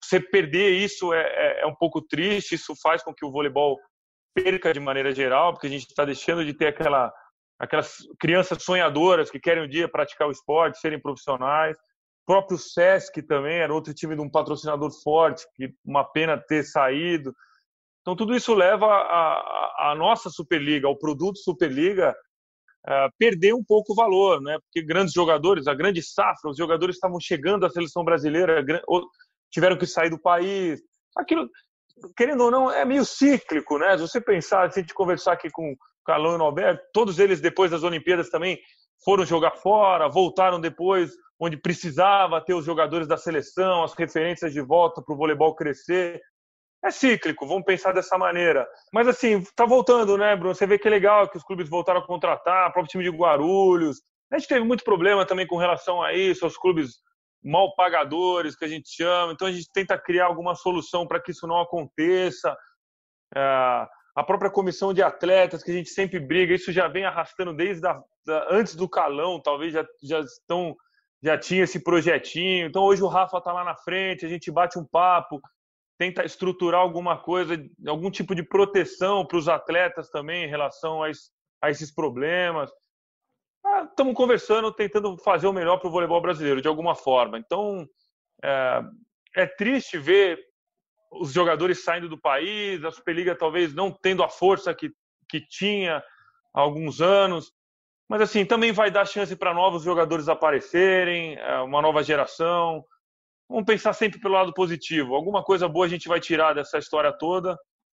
você perder isso é um pouco triste, isso faz com que o voleibol perca de maneira geral, porque a gente está deixando de ter aquelas crianças sonhadoras que querem um dia praticar o esporte, serem profissionais. O próprio Sesc também era outro time de um patrocinador forte, que uma pena ter saído. Então, tudo isso leva a nossa Superliga, ao produto Superliga, a perder um pouco o valor, né? Porque grandes jogadores, a grande safra, os jogadores estavam chegando à seleção brasileira, tiveram que sair do país. Aquilo, querendo ou não, é meio cíclico, né? Se você pensar, se a gente conversar aqui com o Carlão e o Norberto, todos eles, depois das Olimpíadas, também foram jogar fora, voltaram depois, onde precisava ter os jogadores da seleção, as referências de volta para o voleibol crescer. É cíclico, vamos pensar dessa maneira. Mas assim, tá voltando, né, Bruno? Você vê que é legal que os clubes voltaram a contratar, o próprio time de Guarulhos. A gente teve muito problema também com relação a isso, aos clubes mal pagadores, que a gente chama. Então a gente tenta criar alguma solução para que isso não aconteça. A própria comissão de atletas, que a gente sempre briga, isso já vem arrastando desde antes do Calão, talvez já tinha esse projetinho. Então hoje o Rafa está lá na frente, a gente bate um papo, tenta estruturar alguma coisa, algum tipo de proteção para os atletas também em relação a esses problemas. Estamos conversando, tentando fazer o melhor para o voleibol brasileiro, de alguma forma. Então, é triste ver os jogadores saindo do país, a Superliga talvez não tendo a força que tinha há alguns anos. Mas, assim, também vai dar chance para novos jogadores aparecerem, uma nova geração. Vamos pensar sempre pelo lado positivo. Alguma coisa boa a gente vai tirar dessa história toda.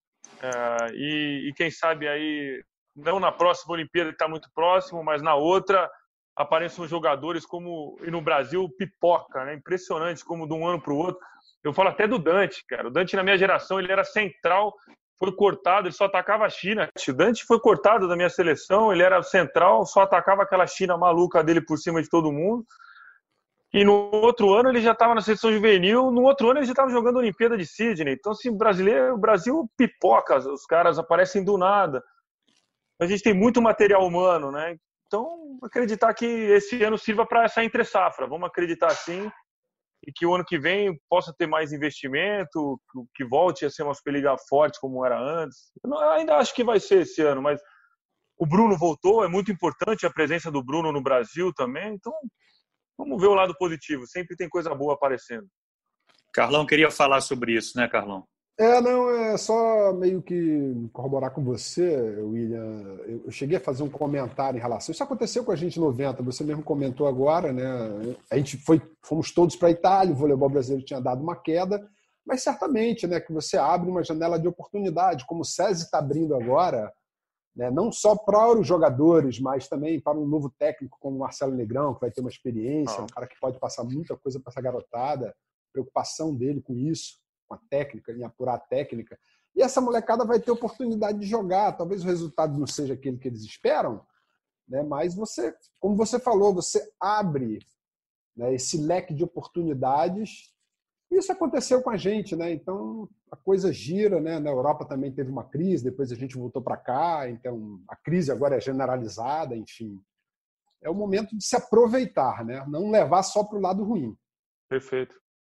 E quem sabe aí, não na próxima Olimpíada, que está muito próximo, mas na outra, apareçam jogadores como, e no Brasil, pipoca, né? Impressionante como de um ano para o outro. Eu falo até do Dante, cara. O Dante, na minha geração, ele era central, foi cortado, ele só atacava a China. O Dante foi cortado da minha seleção, ele era central, só atacava aquela China maluca dele por cima de todo mundo. E no outro ano ele já estava na seleção juvenil, no outro ano ele já estava jogando a Olimpíada de Sydney. Então, assim, o Brasil pipoca, os caras aparecem do nada. A gente tem muito material humano, né? Então, acreditar que esse ano sirva para essa entre-safra. Vamos acreditar assim, e que o ano que vem possa ter mais investimento, que volte a ser uma Superliga forte como era antes. Eu ainda acho que vai ser esse ano, mas o Bruno voltou, é muito importante a presença do Bruno no Brasil também. Então, vamos ver o lado positivo. Sempre tem coisa boa aparecendo. Carlão queria falar sobre isso, né, Carlão? Não, é só meio que corroborar com você, William. Eu cheguei a fazer um comentário em relação. Isso aconteceu com a gente em 90, você mesmo comentou agora, né? A gente fomos todos para a Itália, o voleibol brasileiro tinha dado uma queda, mas certamente, né, que você abre uma janela de oportunidade, como o SESI está abrindo agora, né, não só para os jogadores, mas também para um novo técnico como o Marcelo Negrão, que vai ter uma experiência, um cara que pode passar muita coisa para essa garotada, preocupação dele com isso, com a técnica, em apurar a técnica. E essa molecada vai ter oportunidade de jogar. Talvez o resultado não seja aquele que eles esperam, né, mas você, como você falou, você abre, né, esse leque de oportunidades. Isso aconteceu com a gente, né? Então a coisa gira, né? Na Europa também teve uma crise, depois a gente voltou para cá, então a crise agora é generalizada, enfim. É o momento de se aproveitar, né? Não levar só para o lado ruim. Perfeito.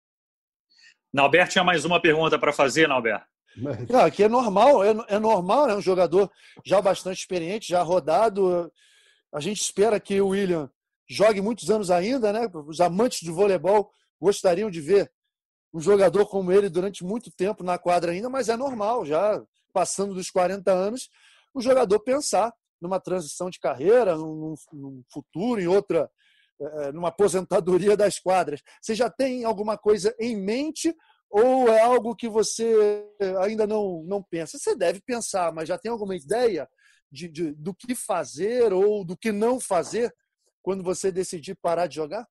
Nauber tinha mais uma pergunta para fazer, Nauber. Não, aqui é normal, né? Um jogador já bastante experiente, já rodado. A gente espera que o William jogue muitos anos ainda, né? Os amantes de voleibol gostariam de ver um jogador como ele durante muito tempo na quadra ainda, mas é normal, já passando dos 40 anos, o jogador pensar numa transição de carreira, num futuro, em outra, numa aposentadoria das quadras. Você já tem alguma coisa em mente ou é algo que você ainda não pensa? Você deve pensar, mas já tem alguma ideia do que fazer ou do que não fazer quando você decidir parar de jogar?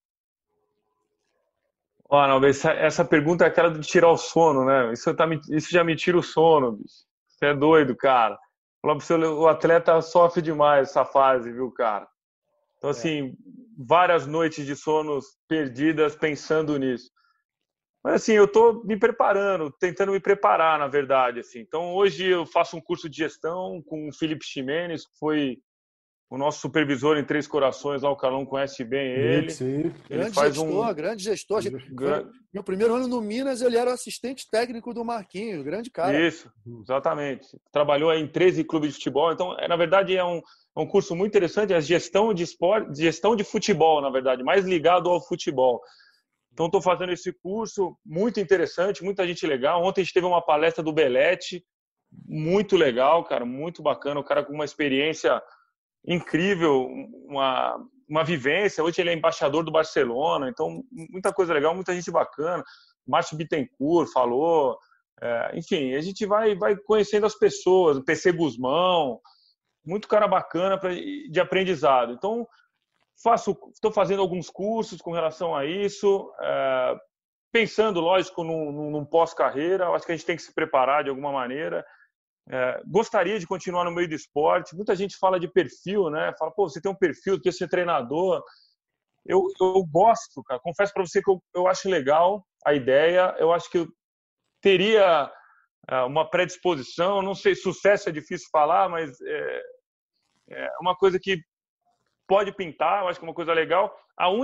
Não, essa pergunta é aquela de tirar o sono, né? Isso já me tira o sono, bicho. Você é doido, cara. Falar pra você, o atleta sofre demais essa fase, viu, cara? Então, assim, várias noites de sonos perdidas pensando nisso. Mas, assim, eu tô me preparando, tentando me preparar, na verdade, assim. Então, hoje eu faço um curso de gestão com o Felipe Ximenes, que foi o nosso supervisor em Três Corações, lá o Carlão conhece bem ele. Sim. Ele Grande gestor. Meu primeiro ano no Minas, ele era o assistente técnico do Marquinhos, grande cara. Isso, exatamente. Trabalhou aí em 13 clubes de futebol. Então, na verdade, é um curso muito interessante, é gestão de esporte, gestão de futebol, na verdade, mais ligado ao futebol. Então, estou fazendo esse curso, muito interessante, muita gente legal. Ontem a gente teve uma palestra do Belletti, muito legal, cara, muito bacana. O cara com uma experiência incrível, uma vivência. Hoje ele é embaixador do Barcelona, então muita coisa legal, muita gente bacana. Márcio Bittencourt falou. Enfim, a gente vai conhecendo as pessoas, o PC Guzmão, muito cara bacana de aprendizado. Então, estou fazendo alguns cursos com relação a isso, pensando, lógico, num pós-carreira. Eu acho que a gente tem que se preparar de alguma maneira. Gostaria de continuar no meio do esporte. Muita gente fala de perfil, né? Fala, pô, você tem um perfil, quer ser treinador. Eu gosto, cara. Confesso para você que eu acho legal a ideia. Eu acho que eu teria uma predisposição. Não sei, sucesso é difícil falar, mas é uma coisa que pode pintar. Eu acho que é uma coisa legal.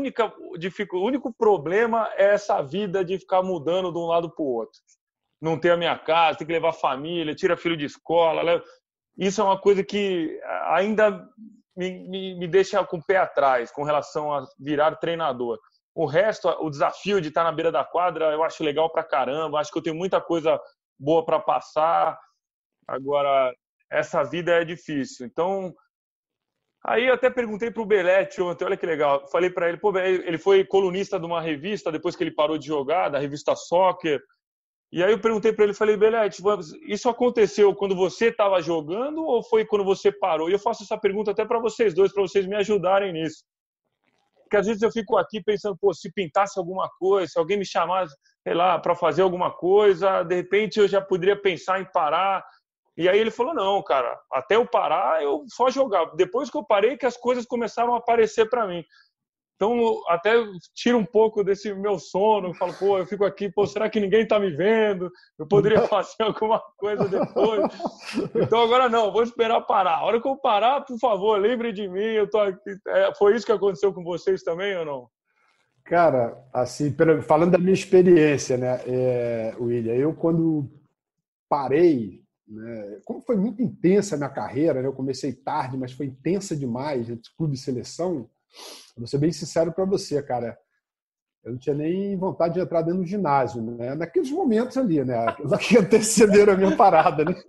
O único problema é essa vida de ficar mudando de um lado para o outro. Não ter a minha casa, tem que levar a família, tira filho de escola. Isso é uma coisa que ainda me deixa com o pé atrás com relação a virar treinador. O resto, o desafio de estar na beira da quadra, eu acho legal pra caramba. Acho que eu tenho muita coisa boa para passar. Agora, essa vida é difícil. Então, aí eu até perguntei pro Belletti ontem, olha que legal. Falei para ele, pô, ele foi colunista de uma revista depois que ele parou de jogar, da revista Soccer. E aí eu perguntei para ele, falei, Belletti, isso aconteceu quando você estava jogando ou foi quando você parou? E eu faço essa pergunta até para vocês dois, para vocês me ajudarem nisso. Porque às vezes eu fico aqui pensando, pô, se pintasse alguma coisa, se alguém me chamasse, sei lá, para fazer alguma coisa, de repente eu já poderia pensar em parar. E aí ele falou, não, cara, até eu parar, eu só jogava. Depois que eu parei, que as coisas começaram a aparecer para mim. Então, até tiro um pouco desse meu sono, falo, pô, eu fico aqui, pô, será que ninguém tá me vendo? Eu poderia fazer alguma coisa depois. Então, agora não, vou esperar parar. A hora que eu parar, por favor, lembre de mim, eu tô aqui. Foi isso que aconteceu com vocês também ou não? Cara, assim, falando da minha experiência, né, William, eu quando parei, né, como foi muito intensa a minha carreira, né, eu comecei tarde, mas foi intensa demais, entre clube e seleção. Vou ser bem sincero para você, cara. Eu não tinha nem vontade de entrar dentro do ginásio, né? Naqueles momentos ali, né? Aqueles que antecederam a minha parada, né?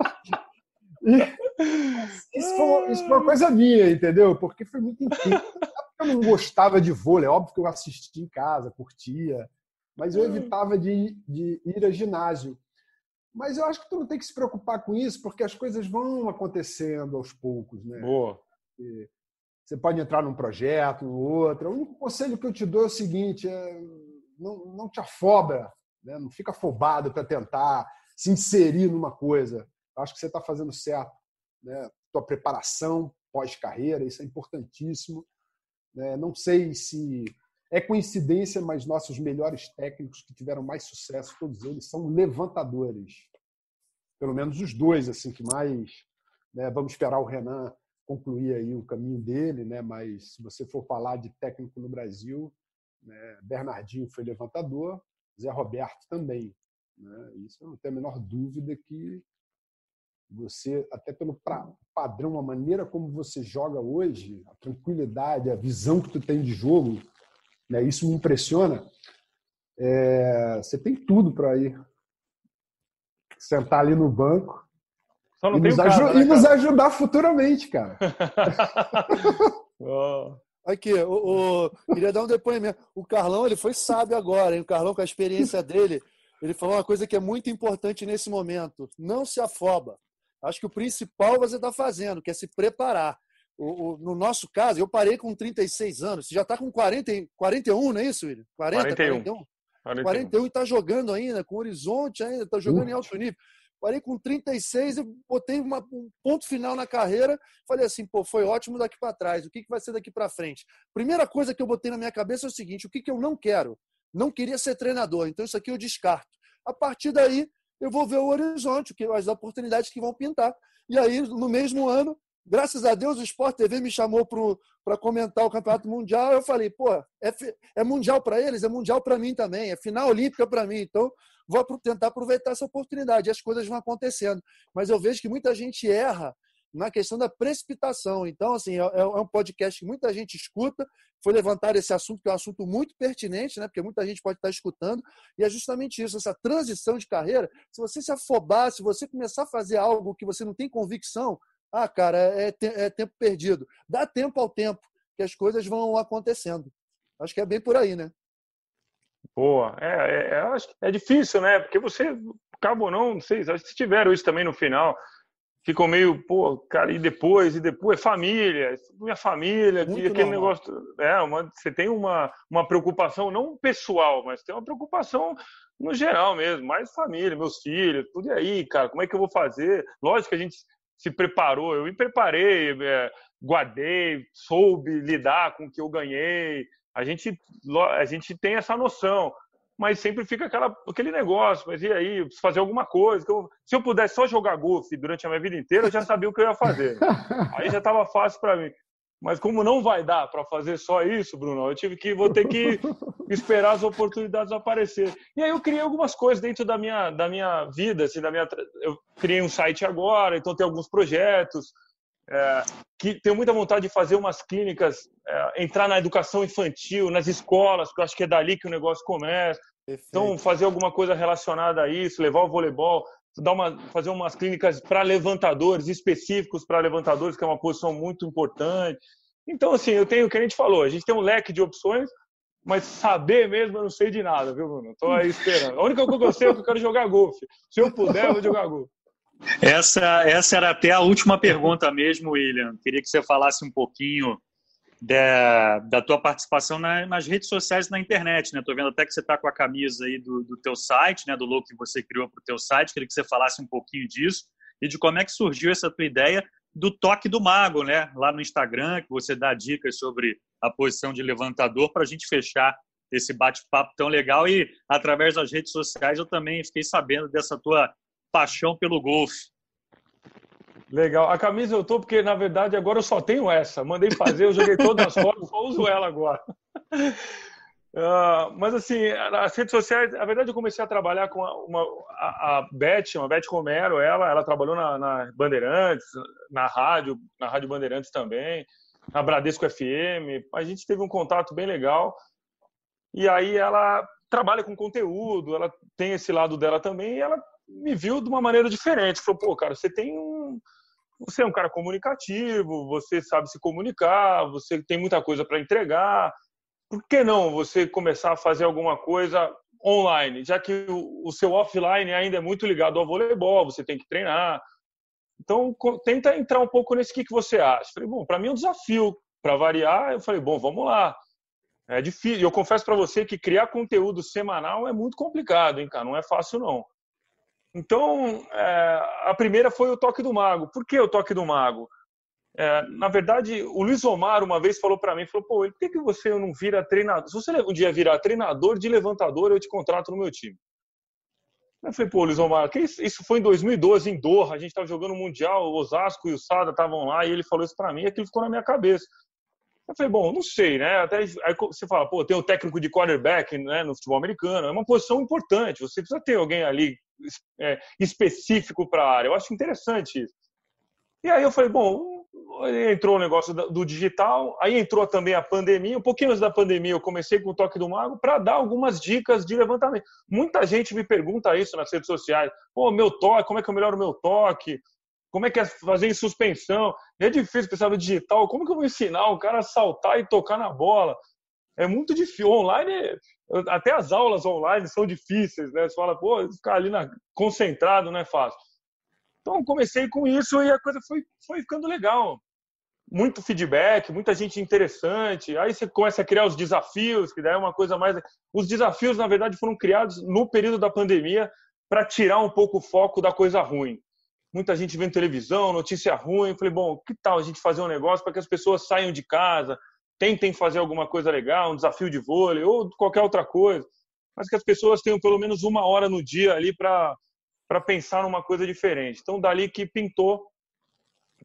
Isso foi uma coisa minha, entendeu? Porque foi muito intenso. Eu não gostava de vôlei, óbvio que eu assistia em casa, curtia, mas eu evitava de ir a ginásio. Mas eu acho que tu não tem que se preocupar com isso, porque as coisas vão acontecendo aos poucos, né? Boa. Você pode entrar num projeto, no outro. O único conselho que eu te dou é o seguinte: não te afoba, né? Não fica afobado para tentar se inserir numa coisa. Eu acho que você está fazendo certo, né? Tua preparação pós-carreira, isso é importantíssimo. Né? Não sei se é coincidência, mas nossos melhores técnicos que tiveram mais sucesso, todos eles são levantadores. Pelo menos os dois, assim, que mais... Né? Vamos esperar o Renan concluir aí o caminho dele, né? Mas se você for falar de técnico no Brasil, né? Bernardinho foi levantador, Zé Roberto também, né? Isso eu não tenho a menor dúvida que você, até pelo padrão, a maneira como você joga hoje, a tranquilidade, a visão que tu tem de jogo, né? Isso me impressiona. Você tem tudo para ir sentar ali no banco Só não e nos ajudar futuramente, cara. Aqui, queria dar um depoimento. O Carlão, ele foi sábio agora, hein? O Carlão, com a experiência dele, ele falou uma coisa que é muito importante nesse momento. Não se afoba. Acho que o principal você está fazendo, que é se preparar. No nosso caso, eu parei com 36 anos. Você já está com 41, não é isso, William? 41 e está jogando ainda, com horizonte ainda, está jogando em alto nível. Parei com 36 e botei um ponto final na carreira. Falei assim, pô, foi ótimo daqui para trás. O que vai ser daqui para frente? Primeira coisa que eu botei na minha cabeça é o seguinte, o que eu não quero? Não queria ser treinador, então isso aqui eu descarto. A partir daí, eu vou ver o horizonte, as oportunidades que vão pintar. E aí, no mesmo ano, Graças a Deus, o Sport TV me chamou para comentar o Campeonato Mundial. Eu falei, pô, é mundial para eles, é mundial para mim também, é final olímpica para mim. Então, vou tentar aproveitar essa oportunidade. E as coisas vão acontecendo. Mas eu vejo que muita gente erra na questão da precipitação. Então, assim, é um podcast que muita gente escuta. Foi levantado esse assunto, que é um assunto muito pertinente, né? Porque muita gente pode estar escutando. E é justamente isso, essa transição de carreira. Se você se afobar, se você começar a fazer algo que você não tem convicção, cara, é tempo perdido. Dá tempo ao tempo, que as coisas vão acontecendo. Acho que é bem por aí, né? Boa. Acho que é difícil, né? Porque você, acaba ou não sei, acho que tiveram isso também no final. Ficam meio, pô, cara, e depois, família, minha família, aquele negócio. Você tem uma preocupação, não pessoal, mas tem uma preocupação no geral mesmo, mais família, meus filhos, tudo. E aí, cara, como é que eu vou fazer? Lógico que a gente se preparou, eu me preparei, guardei, soube lidar com o que eu ganhei. A gente tem essa noção, mas sempre fica aquele negócio. Mas e aí, eu preciso fazer alguma coisa. Se eu pudesse só jogar golfe durante a minha vida inteira, eu já sabia o que eu ia fazer. Aí já estava fácil para mim. Mas como não vai dar para fazer só isso, Bruno, vou ter que esperar as oportunidades aparecerem. E aí eu criei algumas coisas dentro da minha vida, assim, eu criei um site agora, então tem alguns projetos que tenho muita vontade de fazer umas clínicas, entrar na educação infantil, nas escolas, porque eu acho que é dali que o negócio começa. Perfeito. Então fazer alguma coisa relacionada a isso, levar o voleibol, fazer umas clínicas para levantadores, específicos para levantadores, que é uma posição muito importante. Então, assim, eu tenho o que a gente falou, a gente tem um leque de opções, mas saber mesmo eu não sei de nada, viu, Bruno? Estou aí esperando. A única coisa que eu sei é que eu quero jogar golfe. Se eu puder, eu vou jogar golfe. Essa era até a última pergunta mesmo, William. Queria que você falasse um pouquinho da tua participação nas redes sociais e na internet, né? Estou vendo até que você está com a camisa aí do teu site, né? Do logo que você criou para o teu site. Queria que você falasse um pouquinho disso e de como é que surgiu essa tua ideia do Toque do Mago, né? Lá no Instagram, que você dá dicas sobre a posição de levantador, para a gente fechar esse bate-papo tão legal. E através das redes sociais eu também fiquei sabendo dessa tua paixão pelo golfe. Legal. A camisa eu tô porque, na verdade, agora eu só tenho essa. Mandei fazer, eu joguei todas as fotos, só uso ela agora. Mas, assim, as redes sociais, na verdade, eu comecei a trabalhar com a Beth Romero. Ela trabalhou na Bandeirantes, na rádio Bandeirantes também, na Bradesco FM. A gente teve um contato bem legal. E aí ela trabalha com conteúdo, ela tem esse lado dela também, e ela me viu de uma maneira diferente. Falou, pô, cara, você é um cara comunicativo, você sabe se comunicar, você tem muita coisa para entregar. Por que não você começar a fazer alguma coisa online? Já que o seu offline ainda é muito ligado ao voleibol, você tem que treinar. Então, tenta entrar um pouco nesse que você acha. Falei, bom, para mim é um desafio. Para variar, eu falei, bom, vamos lá. É difícil. Eu confesso para você que criar conteúdo semanal é muito complicado, hein, cara? Não é fácil, não. Então, a primeira foi o Toque do Mago. Por que o Toque do Mago? Na verdade, o Luiz Omar uma vez falou para mim, pô, por que você não vira treinador? Se você um dia virar treinador de levantador, eu te contrato no meu time. Eu falei, pô, Luiz Omar, isso foi em 2012, em Doha, a gente estava jogando o Mundial, o Osasco e o Sada estavam lá, e ele falou isso para mim, e aquilo ficou na minha cabeça. Eu falei, bom, não sei, né? Aí você fala, pô, tem um técnico de quarterback, né, no futebol americano, é uma posição importante, você precisa ter alguém ali específico para a área. Eu acho interessante isso. E aí eu falei, bom, entrou o negócio do digital, aí entrou também a pandemia. Um pouquinho antes da pandemia eu comecei com o Toque do Mago para dar algumas dicas de levantamento. Muita gente me pergunta isso nas redes sociais. Pô, meu toque, como é que eu melhoro o meu toque? Como é que é fazer em suspensão? É difícil pensar no digital. Como que eu vou ensinar o cara a saltar e tocar na bola? É muito difícil. Online, até as aulas online são difíceis, né? Você fala, pô, ficar ali concentrado não é fácil. Então, comecei com isso e a coisa foi ficando legal. Muito feedback, muita gente interessante. Aí você começa a criar os desafios, que daí é uma coisa mais... Os desafios, na verdade, foram criados no período da pandemia para tirar um pouco o foco da coisa ruim. Muita gente vendo televisão, notícia ruim. Falei, bom, que tal a gente fazer um negócio para que as pessoas saiam de casa, tentem fazer alguma coisa legal, um desafio de vôlei ou qualquer outra coisa, mas que as pessoas tenham pelo menos 1 hora no dia ali para pensar numa coisa diferente. Então, dali que pintou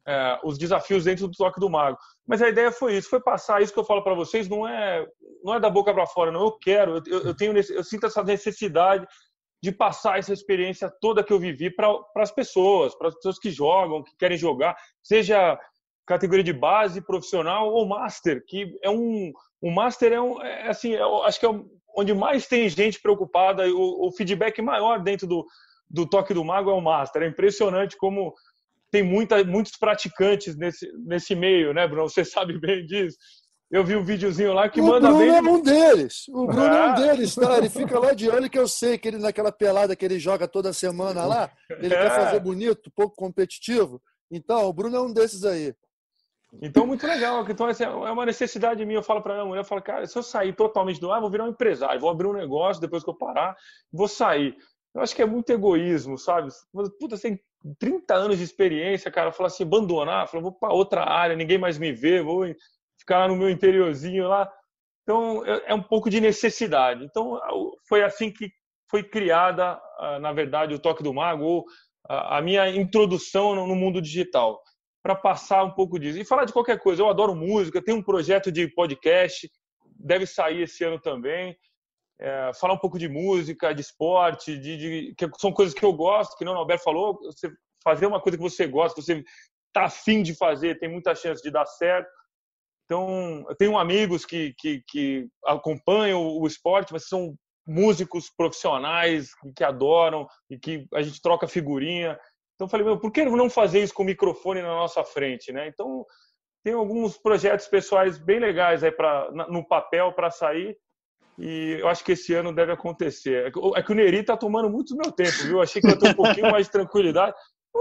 os desafios dentro do Toque do Mago. Mas a ideia foi isso, foi passar isso que eu falo para vocês, não é da boca para fora, não. Eu sinto essa necessidade de passar essa experiência toda que eu vivi para as pessoas que jogam, que querem jogar, seja categoria de base, profissional ou master, que o master assim, acho que é onde mais tem gente preocupada, o feedback maior dentro do Toque do Mago é o master. É impressionante como tem muitos praticantes nesse meio, né, Bruno? Você sabe bem disso. Eu vi um videozinho lá que manda bem. O Bruno é um deles. O Bruno é um deles, tá? Ele fica lá de olho, que eu sei que ele, naquela pelada que ele joga toda semana lá, ele quer fazer bonito, pouco competitivo. Então, o Bruno é um desses aí. Então, muito legal. Então, essa é uma necessidade minha. Eu falo para minha mulher, eu falo, cara, se eu sair totalmente do ar, vou virar um empresário, vou abrir um negócio, depois que eu parar, vou sair. Eu acho que é muito egoísmo, sabe? Puta, você tem 30 anos de experiência, cara, falar assim, abandonar, falar, vou para outra área, ninguém mais me vê, vou ficar lá no meu interiorzinho lá. Então, é um pouco de necessidade. Então, foi assim que foi criada, na verdade, o Toque do Mago, ou a minha introdução no mundo digital, para passar um pouco disso. E falar de qualquer coisa. Eu adoro música, tenho um projeto de podcast, deve sair esse ano também. Falar um pouco de música, de esporte, que são coisas que eu gosto, que não o Alberto falou. Você fazer uma coisa que você gosta, que você está afim de fazer, tem muita chance de dar certo. Então, eu tenho amigos que acompanham o esporte, mas são músicos profissionais que adoram e que a gente troca figurinha. Então, eu falei, por que não fazer isso com o microfone na nossa frente, né? Então, tem alguns projetos pessoais bem legais aí no papel para sair e eu acho que esse ano deve acontecer. É que o Neri está tomando muito do meu tempo, viu? Eu achei que eu ia ter um pouquinho mais de tranquilidade.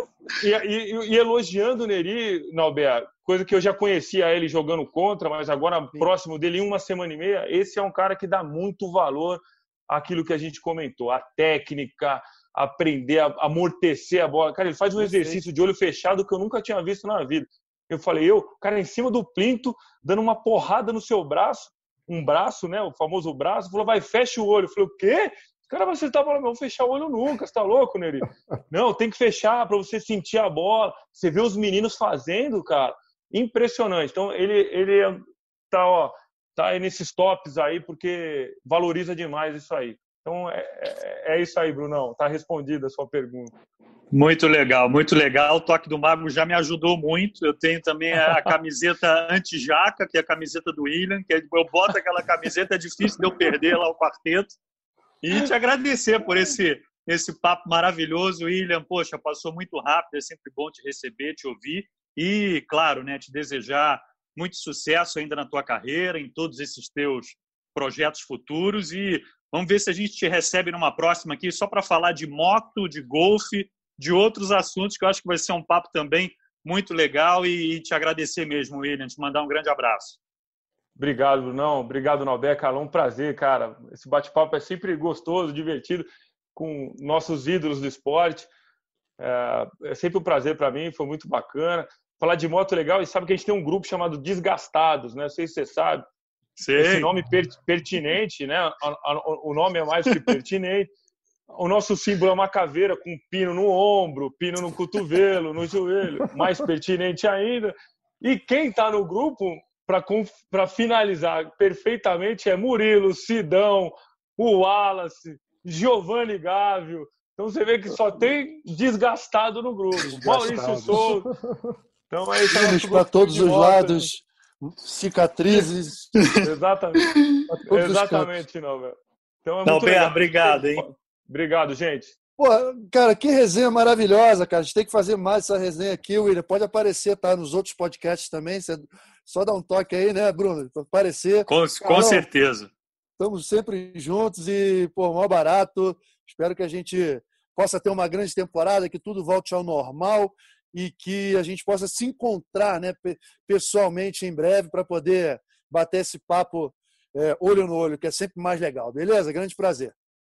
E elogiando o Neri, Nauber, coisa que eu já conhecia ele jogando contra, mas agora próximo dele, em uma semana e meia, esse é um cara que dá muito valor àquilo que a gente comentou, a técnica, aprender a amortecer a bola. Cara, ele faz um exercício de olho fechado que eu nunca tinha visto na vida. Eu falei, cara, em cima do plinto, dando uma porrada no seu braço, um braço, né, o famoso braço, falou, vai, fecha o olho. Eu falei, o quê? Cara, você tá falando, não vou fechar o olho nunca, você tá louco, Neri? Não, tem que fechar para você sentir a bola. Você vê os meninos fazendo, cara, impressionante. Então, ele tá aí nesses tops aí, porque valoriza demais isso aí. Então, é isso aí, Brunão. Tá respondida a sua pergunta. Muito legal, muito legal. O Toque do Mago já me ajudou muito. Eu tenho também a camiseta anti-jaca, que é a camiseta do William, que eu boto aquela camiseta, é difícil de eu perder lá o quarteto. E te agradecer por esse papo maravilhoso, William. Poxa, passou muito rápido, é sempre bom te receber, te ouvir. E, claro, né, te desejar muito sucesso ainda na tua carreira, em todos esses teus projetos futuros. E vamos ver se a gente te recebe numa próxima aqui, só para falar de moto, de golfe, de outros assuntos, que eu acho que vai ser um papo também muito legal. E te agradecer mesmo, William, te mandar um grande abraço. Obrigado, Brunão. Obrigado, Nauber. Carlão, um prazer, cara. Esse bate-papo é sempre gostoso, divertido, com nossos ídolos do esporte. É sempre um prazer para mim, foi muito bacana. Falar de moto é legal, e sabe que a gente tem um grupo chamado Desgastados, né? Não sei se você sabe. Sei. Esse nome pertinente, né? O nome é mais que pertinente. O nosso símbolo é uma caveira com pino no ombro, pino no cotovelo, no joelho. Mais pertinente ainda. E quem está no grupo, para finalizar perfeitamente, é Murilo, Sidão, o Wallace, Giovanni Gávio. Então você vê que só tem desgastado no grupo. Maurício Souza. Então é isso. Para todos os lados, cicatrizes. Exatamente. Exatamente, não, velho. Então é muito legal. Obrigado, hein? Obrigado, gente. Pô, cara, que resenha maravilhosa, cara. A gente tem que fazer mais essa resenha aqui, William. Pode aparecer, tá? Nos outros podcasts também. Você só dá um toque aí, né, Bruno? Pra aparecer. Com certeza. Estamos sempre juntos e, pô, mó barato. Espero que a gente possa ter uma grande temporada, que tudo volte ao normal e que a gente possa se encontrar, né, pessoalmente em breve para poder bater esse papo olho no olho, que é sempre mais legal. Beleza? Grande prazer.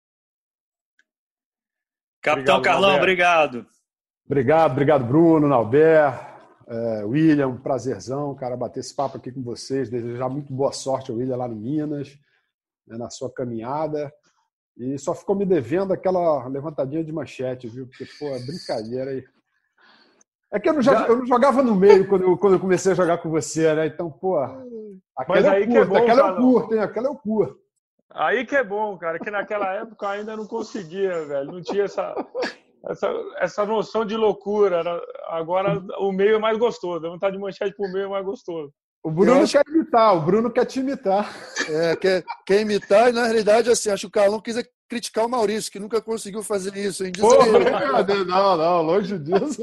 Capitão Carlão, obrigado. Obrigado, Bruno, Nauber, William, um prazerzão, cara, bater esse papo aqui com vocês. Desejar muito boa sorte ao William lá no Minas, né, na sua caminhada. E só ficou me devendo aquela levantadinha de manchete, viu? Porque, pô, é brincadeira aí. É que eu não jogava no meio quando eu comecei a jogar com você, né? Então, pô, aquela eu curto, hein? Aquela eu curto. Aí que é bom, cara, que naquela época eu ainda não conseguia, velho. Não tinha essa noção de loucura. Agora o meio é mais gostoso. A vontade de manchete pro meio é mais gostoso. O Bruno quer imitar, o Bruno quer te imitar. Quer imitar, e na realidade, assim, acho que o Carlão quis criticar o Maurício, que nunca conseguiu fazer isso. Hein? Não, longe disso.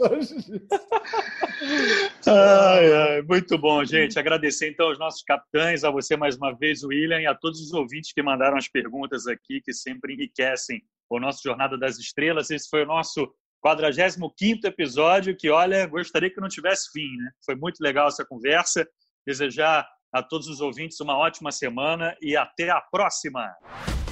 Muito bom, gente. Agradecer então aos nossos capitães, a você mais uma vez, William, e a todos os ouvintes que mandaram as perguntas aqui, que sempre enriquecem o nosso Jornada das Estrelas. Esse foi o nosso 45º episódio, que, olha, gostaria que não tivesse fim, né? Foi muito legal essa conversa. Desejar a todos os ouvintes uma ótima semana e até a próxima!